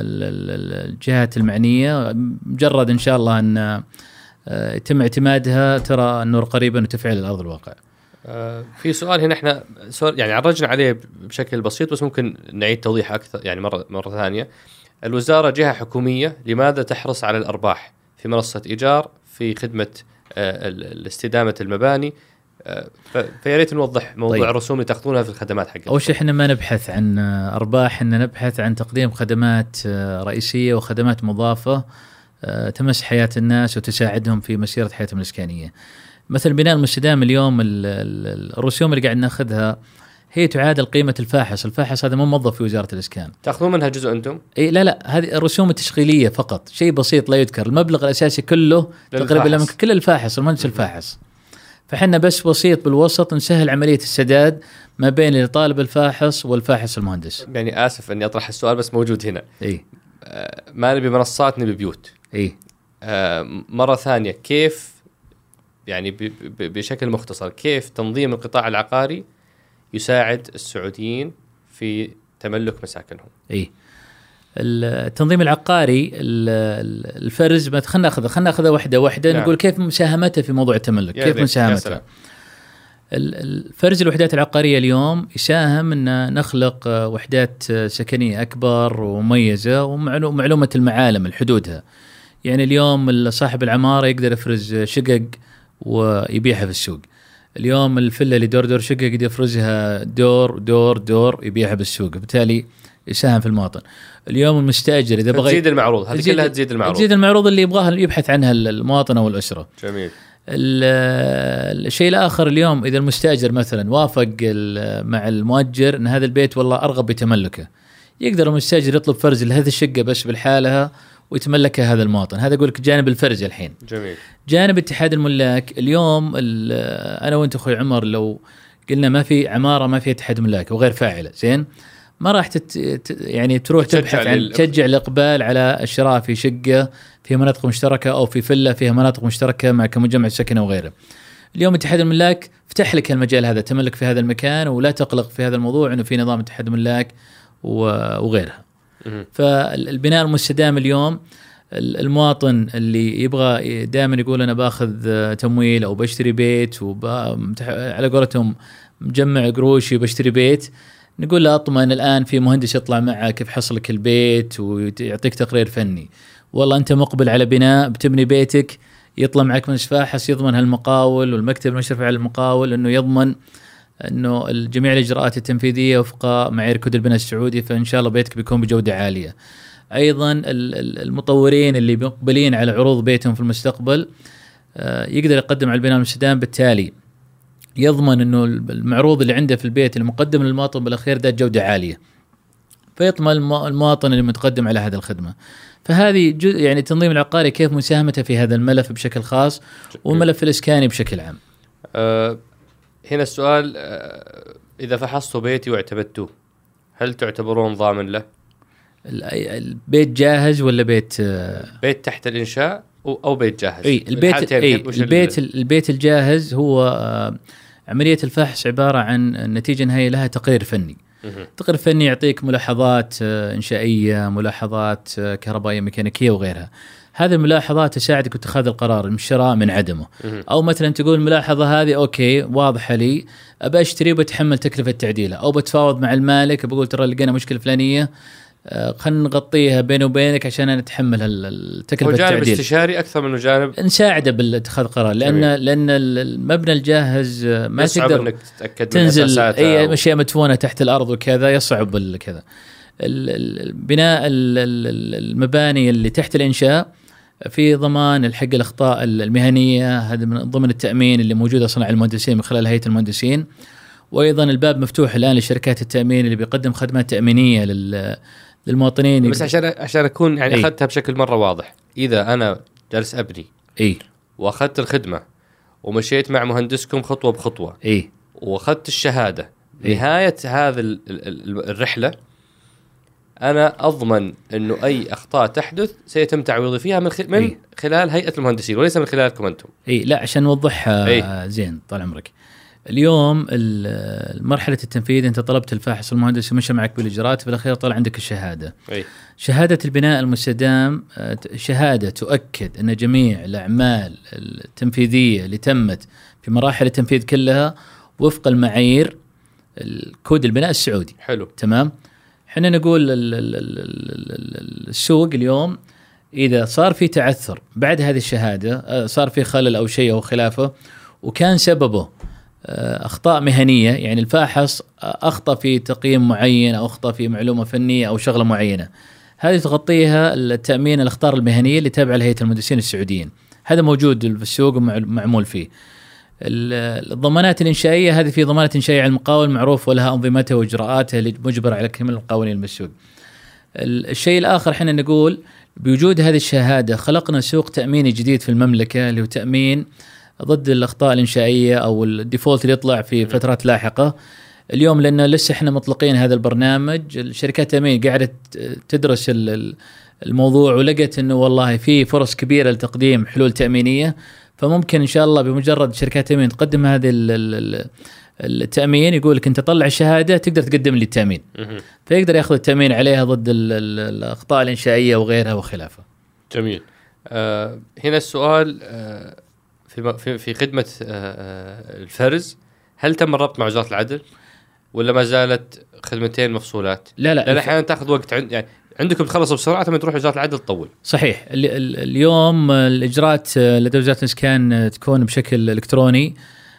الجهات المعنية، مجرد إن شاء الله أن يتم اعتمادها ترى النور قريبا وتفعل الأرض الواقع. في سؤال هنا احنا يعني عرجنا عليه بشكل بسيط، بس ممكن نعيد توضيح أكثر يعني مرة ثانية. الوزارة جهة حكومية، لماذا تحرص على الأرباح في منصة إيجار في خدمة الاستدامة المباني؟ فياريت نوضح موضوع الرسوم اللي تاخذونها في الخدمات حقتها. أول شيء احنا ما نبحث عن أرباح، احنا نبحث عن تقديم خدمات رئيسية وخدمات مضافة تمس حياة الناس وتساعدهم في مسيرة حياتهم الإسكانية. مثل بناء المستدام اليوم الرسوم اللي قاعد ناخذها هي تعادل قيمة الفاحص هذا مو موظف في وزارة الإسكان. تأخذون منها جزء أنتم؟ إيه لا هذه الرسوم التشغيلية فقط، شيء بسيط لا يذكر. المبلغ الأساسي كله تقريبا كل الفاحص المهندس الفاحص، فحنا بس بسيط بالوسط نسهل عملية السداد ما بين الطالب الفاحص والفاحص المهندس. يعني آسف أني أطرح السؤال بس موجود هنا. إيه ما نبي منصات، نبي بيوت. إيه مرة ثانية، كيف يعني بشكل مختصر كيف تنظيم القطاع العقاري يساعد السعوديين في تملك مساكنهم؟ إيه التنظيم العقاري الفرز ما خلنا ناخذها واحدة نعم. نقول كيف مساهمته في موضوع التملك، كيف مساهمته. الفرز الوحدات العقارية اليوم يساهم أن نخلق وحدات سكنية أكبر ومميزة ومعلومة المعالم الحدودها. يعني اليوم صاحب العمارة يقدر يفرز شقق ويبيعها في السوق. اليوم الفيلا اللي دور شقق يقدر يفرزها دور يبيعها بالسوق، بالتالي يساهم في المواطن. اليوم المستأجر إذا بغى تزيد المعروض، هذه كلها تزيد المعروض اللي يبغاه يبحث عنها المواطن أو الأسرة. جميل. الشيء الآخر اليوم إذا المستأجر مثلا وافق مع المؤجر أن هذا البيت والله أرغب بتملكه، يقدر المستأجر يطلب فرز لهذه الشقة بس بالحالها ويتملكها هذا المواطن. هذا أقول لك جانب الفرز. الحين جميل. جانب اتحاد الملاك اليوم أنا وأنت أخوي عمر لو قلنا ما في عمارة ما في اتحاد ملاك وغير فاعلة زين، ما راح يعني تروح تبحث عن تشجع الإقبال على الشراء في شقة فيها مناطق مشتركة أو في فيلا فيها مناطق مشتركة مع كمجمع سكن أو غيره. اليوم اتحاد الملاك فتح لك المجال هذا، تملك في هذا المكان ولا تقلق في هذا الموضوع إنه في نظام اتحاد الملاك وغيرها. فالبناء المستدام اليوم المواطن اللي يبغى دائما يقول أنا باخذ تمويل أو بشتري بيت على قولتهم مجمع قروشي بشتري بيت، نقول له أطمن الآن في مهندس يطلع معك كيف حصلك البيت ويعطيك تقرير فني. والله أنت مقبل على بناء بتبني بيتك، يطلع معك مهندس فاحص يضمن هالمقاول والمكتب المشرف على المقاول أنه يضمن أنه جميع الإجراءات التنفيذية وفق معايير كود البناء السعودي، فإن شاء الله بيتك بيكون بجودة عالية. أيضا المطورين اللي مقبلين على عروض بيتهم في المستقبل يقدر يقدم على البناء المستدام، بالتالي يضمن أنه المعروض اللي عنده في البيت المقدم للمواطن بالأخير ده جودة عالية، فيطمن المواطن اللي متقدم على هذه الخدمة. فهذه يعني التنظيم العقاري كيف مساهمته في هذا الملف بشكل خاص والملف الإسكاني بشكل عام. هنا السؤال، إذا فحصتوا بيتي واعتمدتوه هل تعتبرون ضامن له؟ البيت جاهز ولا بيت تحت الإنشاء أو بيت جاهز؟ البيت الجاهز هو عملية الفحص عبارة عن نتيجة نهائية لها تقرير فني. تقرير فني يعطيك ملاحظات إنشائية، ملاحظات كهربائية ميكانيكية وغيرها. هذه الملاحظات تساعدك اتخاذ القرار من شراء من عدمه. أو مثلا تقول الملاحظة هذه أوكي واضحة لي أبى أشتري وبتحمل تكلفة تعديله، أو بتفاوض مع المالك بقول ترى لقينا مشكلة فلانية خلينا نغطيها بيني وبينك عشان نتحمل التكلفة التعديل. جانب استشاري أكثر من جانب نساعده بالاتخاذ قرار، لأن المبنى الجاهز ما تقدر إنك تتأكد تنزل أي أشياء مدفونة تحت الأرض وكذا، يصعب كذا. البناء المباني اللي تحت الإنشاء في ضمان الحق الأخطاء المهنية، هذا من ضمن التأمين اللي موجودة صنع المهندسين من خلال هيئة المهندسين. وأيضا الباب مفتوح الآن لشركات التأمين اللي بيقدم خدمات تأمينية للمواطنين. بس عشان أكون يعني أخذتها بشكل مرة واضح، إذا أنا جالس أبني وأخذت الخدمة ومشيت مع مهندسكم خطوة بخطوة وأخذت الشهادة نهاية هذا الرحلة، أنا أضمن أنه أي أخطاء تحدث سيتم تعويضي فيها من خلال هيئة المهندسين وليس من خلالكم أنتم. لا عشان نوضحها زين طال عمرك. اليوم مرحلة التنفيذ أنت طلبت الفاحص المهندس ومشى معك بالإجراءات، في الأخير طلع عندك الشهادة. شهادة البناء المستدام شهادة تؤكد أن جميع الأعمال التنفيذية اللي تمت في مراحل التنفيذ كلها وفق المعايير الكود البناء السعودي. حلو. تمام. حنا نقول السوق اليوم إذا صار في تعثر بعد هذه الشهادة، صار في خلل أو شيء أو خلافه وكان سببه أخطاء مهنية، يعني الفاحص أخطأ في تقييم معين أو أخطأ في معلومة فنية أو شغلة معينة، هذه تغطيها التأمين الأخطار المهنية اللي تابعة لهيئة المهندسين السعوديين. هذا موجود في السوق ومعمول فيه. الضمانات الإنشائية هذه في ضمانات إنشائية على المقاول معروف ولها أنظمتها وإجراءاتها اللي مجبر على كامل القوانين المسؤول. الشيء الآخر حنا نقول بوجود هذه الشهادة خلقنا سوق تأميني جديد في المملكة اللي هو تأمين ضد الأخطاء الإنشائية أو الديفولت اللي يطلع في فترات لاحقة. اليوم لأن لسه إحنا مطلقين هذا البرنامج، الشركات التأمين قاعدة تدرس الموضوع ولقت إنه والله في فرص كبيرة لتقديم حلول تأمينية، فممكن إن شاء الله بمجرد شركات التأمين تقدم هذه التأمين يقول لك أنت طلع الشهادة تقدر تقدم لي التأمين، فيقدر يأخذ التأمين عليها ضد الأخطاء الإنشائية وغيرها وخلافه. جميل. هنا السؤال في خدمة الفرز، هل تم الربط مع وزارة العدل ولا ما زالت خدمتين مفصولات؟ لا أحيانا تأخذ وقت يعني عندكم تخلصوا بسرعة ثم تروح وزارة العدل تطول. صحيح. اليوم الإجراءات لدى وزارة الإسكان تكون بشكل إلكتروني.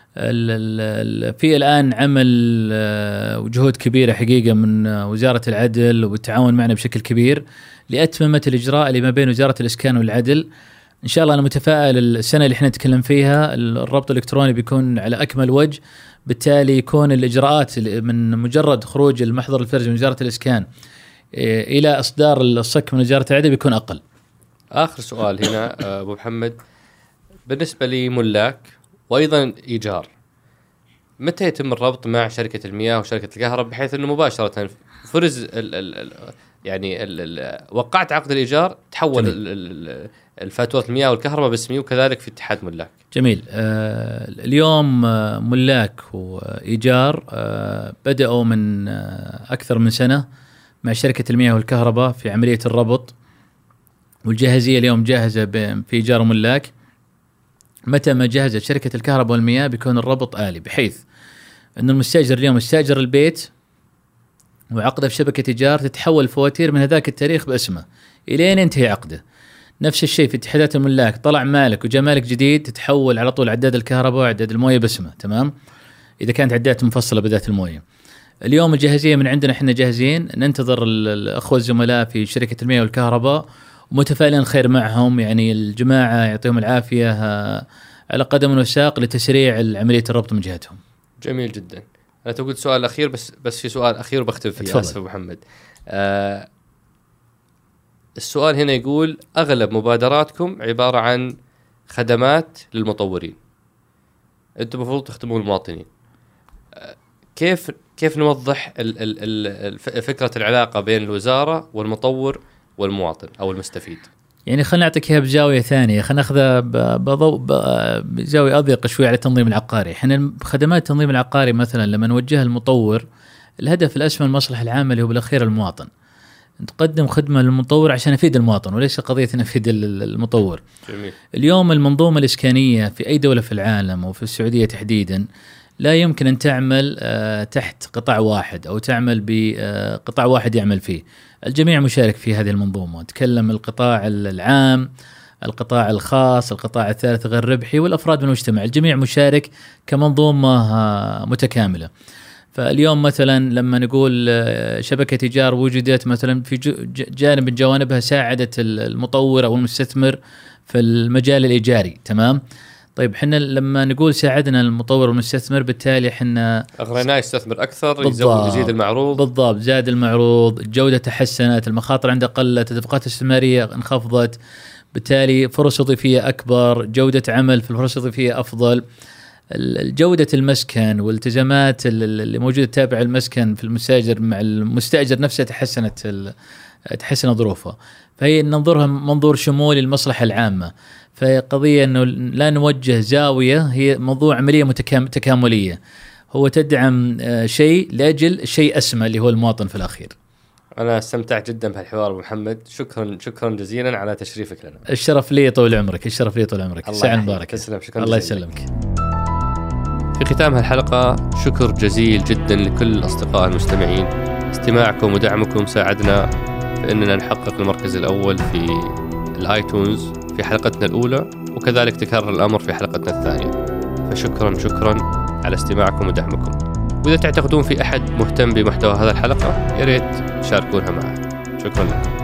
في الآن عمل وجهود كبيرة حقيقة من وزارة العدل وبالتعاون معنا بشكل كبير لأتممة الإجراء اللي ما بين وزارة الإسكان والعدل. إن شاء الله أنا متفائل السنة اللي احنا نتكلم فيها الربط الإلكتروني بيكون على أكمل وجه، بالتالي يكون الإجراءات من مجرد خروج المحضر الفرزي من وزارة الإسكان إلى إصدار الصك من وزارة العدل بيكون أقل. آخر سؤال هنا أبو محمد، بالنسبة لملاك وأيضا إيجار، متى يتم الربط مع شركة المياه وشركة الكهرباء بحيث أنه مباشرة فرز وقعت عقد الإيجار تحول الفاتورة المياه والكهرباء باسمي وكذلك في اتحاد ملاك؟ جميل. اليوم ملاك وإيجار بدأوا من أكثر من سنة مع شركة المياه والكهرباء في عملية الربط، والجاهزية اليوم جاهزة في إيجار ملاك. متى ما جهزت شركة الكهرباء والمياه بيكون الربط آلي، بحيث أن المستأجر اليوم يستأجر البيت وعقده في شبكة إيجار تتحول فواتير من هذاك التاريخ باسمه إلين ينتهي عقده. نفس الشيء في اتحادات الملاك، طلع مالك وجاء مالك جديد تتحول على طول عداد الكهرباء وعداد المويه باسمه. تمام. إذا كانت عدات مفصلة بذات المويه. اليوم الجاهزية من عندنا، احنا جاهزين، ننتظر الأخوة الزملاء في شركة المياه والكهرباء ومتفائلين الخير معهم، يعني الجماعة يعطيهم العافية على قدم وساق لتسريع عملية الربط من جهتهم. جميل جدا. أنا تقول سؤال أخير بس في سؤال أخير وبختم فيه. آسف أبو محمد. السؤال هنا يقول أغلب مبادراتكم عبارة عن خدمات للمطورين، أنتم المفروض تخدمون المواطنين. كيف نوضح فكرة العلاقة بين الوزارة والمطور والمواطن أو المستفيد؟ يعني خلنا نعطيك إياها بزاوية ثانية، خلنا ناخذها بزاوية أضيق شوي على التنظيم العقاري. إحنا خدمات التنظيم العقاري مثلا لما نوجهها المطور، الهدف الأسمى المصلحة العامة اللي هو بالأخير المواطن. نقدم خدمة للمطور عشان نفيد المواطن وليس قضية نفيد المطور. جميل. اليوم المنظومة الإسكانية في أي دولة في العالم وفي السعودية تحديدا لا يمكن أن تعمل تحت قطاع واحد أو تعمل بقطاع واحد يعمل فيه. الجميع مشارك في هذه المنظومة. تكلم القطاع العام، القطاع الخاص، القطاع الثالث غير ربحي، والأفراد من المجتمع، الجميع مشارك كمنظومة متكاملة. فاليوم مثلا لما نقول شبكة إيجار وجدت مثلا في جانب من جوانبها ساعدت المطور أو المستثمر في المجال الإيجاري، تمام. طيب حنا لما نقول ساعدنا المطور والمستثمر، بالتالي حنا أغريناه يستثمر أكثر، يزيد المعروض. بالضبط، زاد المعروض، الجودة تحسنت، المخاطر عنده قلت، التدفقات الاستثمارية انخفضت، بالتالي فرص وظيفية أكبر، جودة عمل في الفرص الوظيفية أفضل، الجودة المسكن والالتزامات اللي موجودة تابع المسكن في المستأجر مع المستأجر نفسه تحسن ظروفه. فهي ننظرها منظور شمولي للمصلحة العامة. فهي قضية أنه لا نوجه زاوية، هي موضوع عملية تكاملية، هو تدعم شيء لأجل شيء أسمى اللي هو المواطن في الأخير. أنا استمتعت جدا بهالحوار أبو محمد، شكرا جزيلا على تشريفك لنا. الشرف لي طول عمرك، الشرف لي طول عمرك. الساعة المباركة. تسلم، شكرا. الله يسلمك. في ختام هالحلقة شكر جزيل جدا لكل الأصدقاء المستمعين. استماعكم ودعمكم ساعدنا في أننا نحقق المركز الأول في الآيتونز في حلقتنا الأولى، وكذلك تكرر الأمر في حلقتنا الثانية. فشكرا على استماعكم ودعمكم. وإذا تعتقدون في أحد مهتم بمحتوى هذا الحلقة، يا ريت تشاركونها معه. شكرا لكم.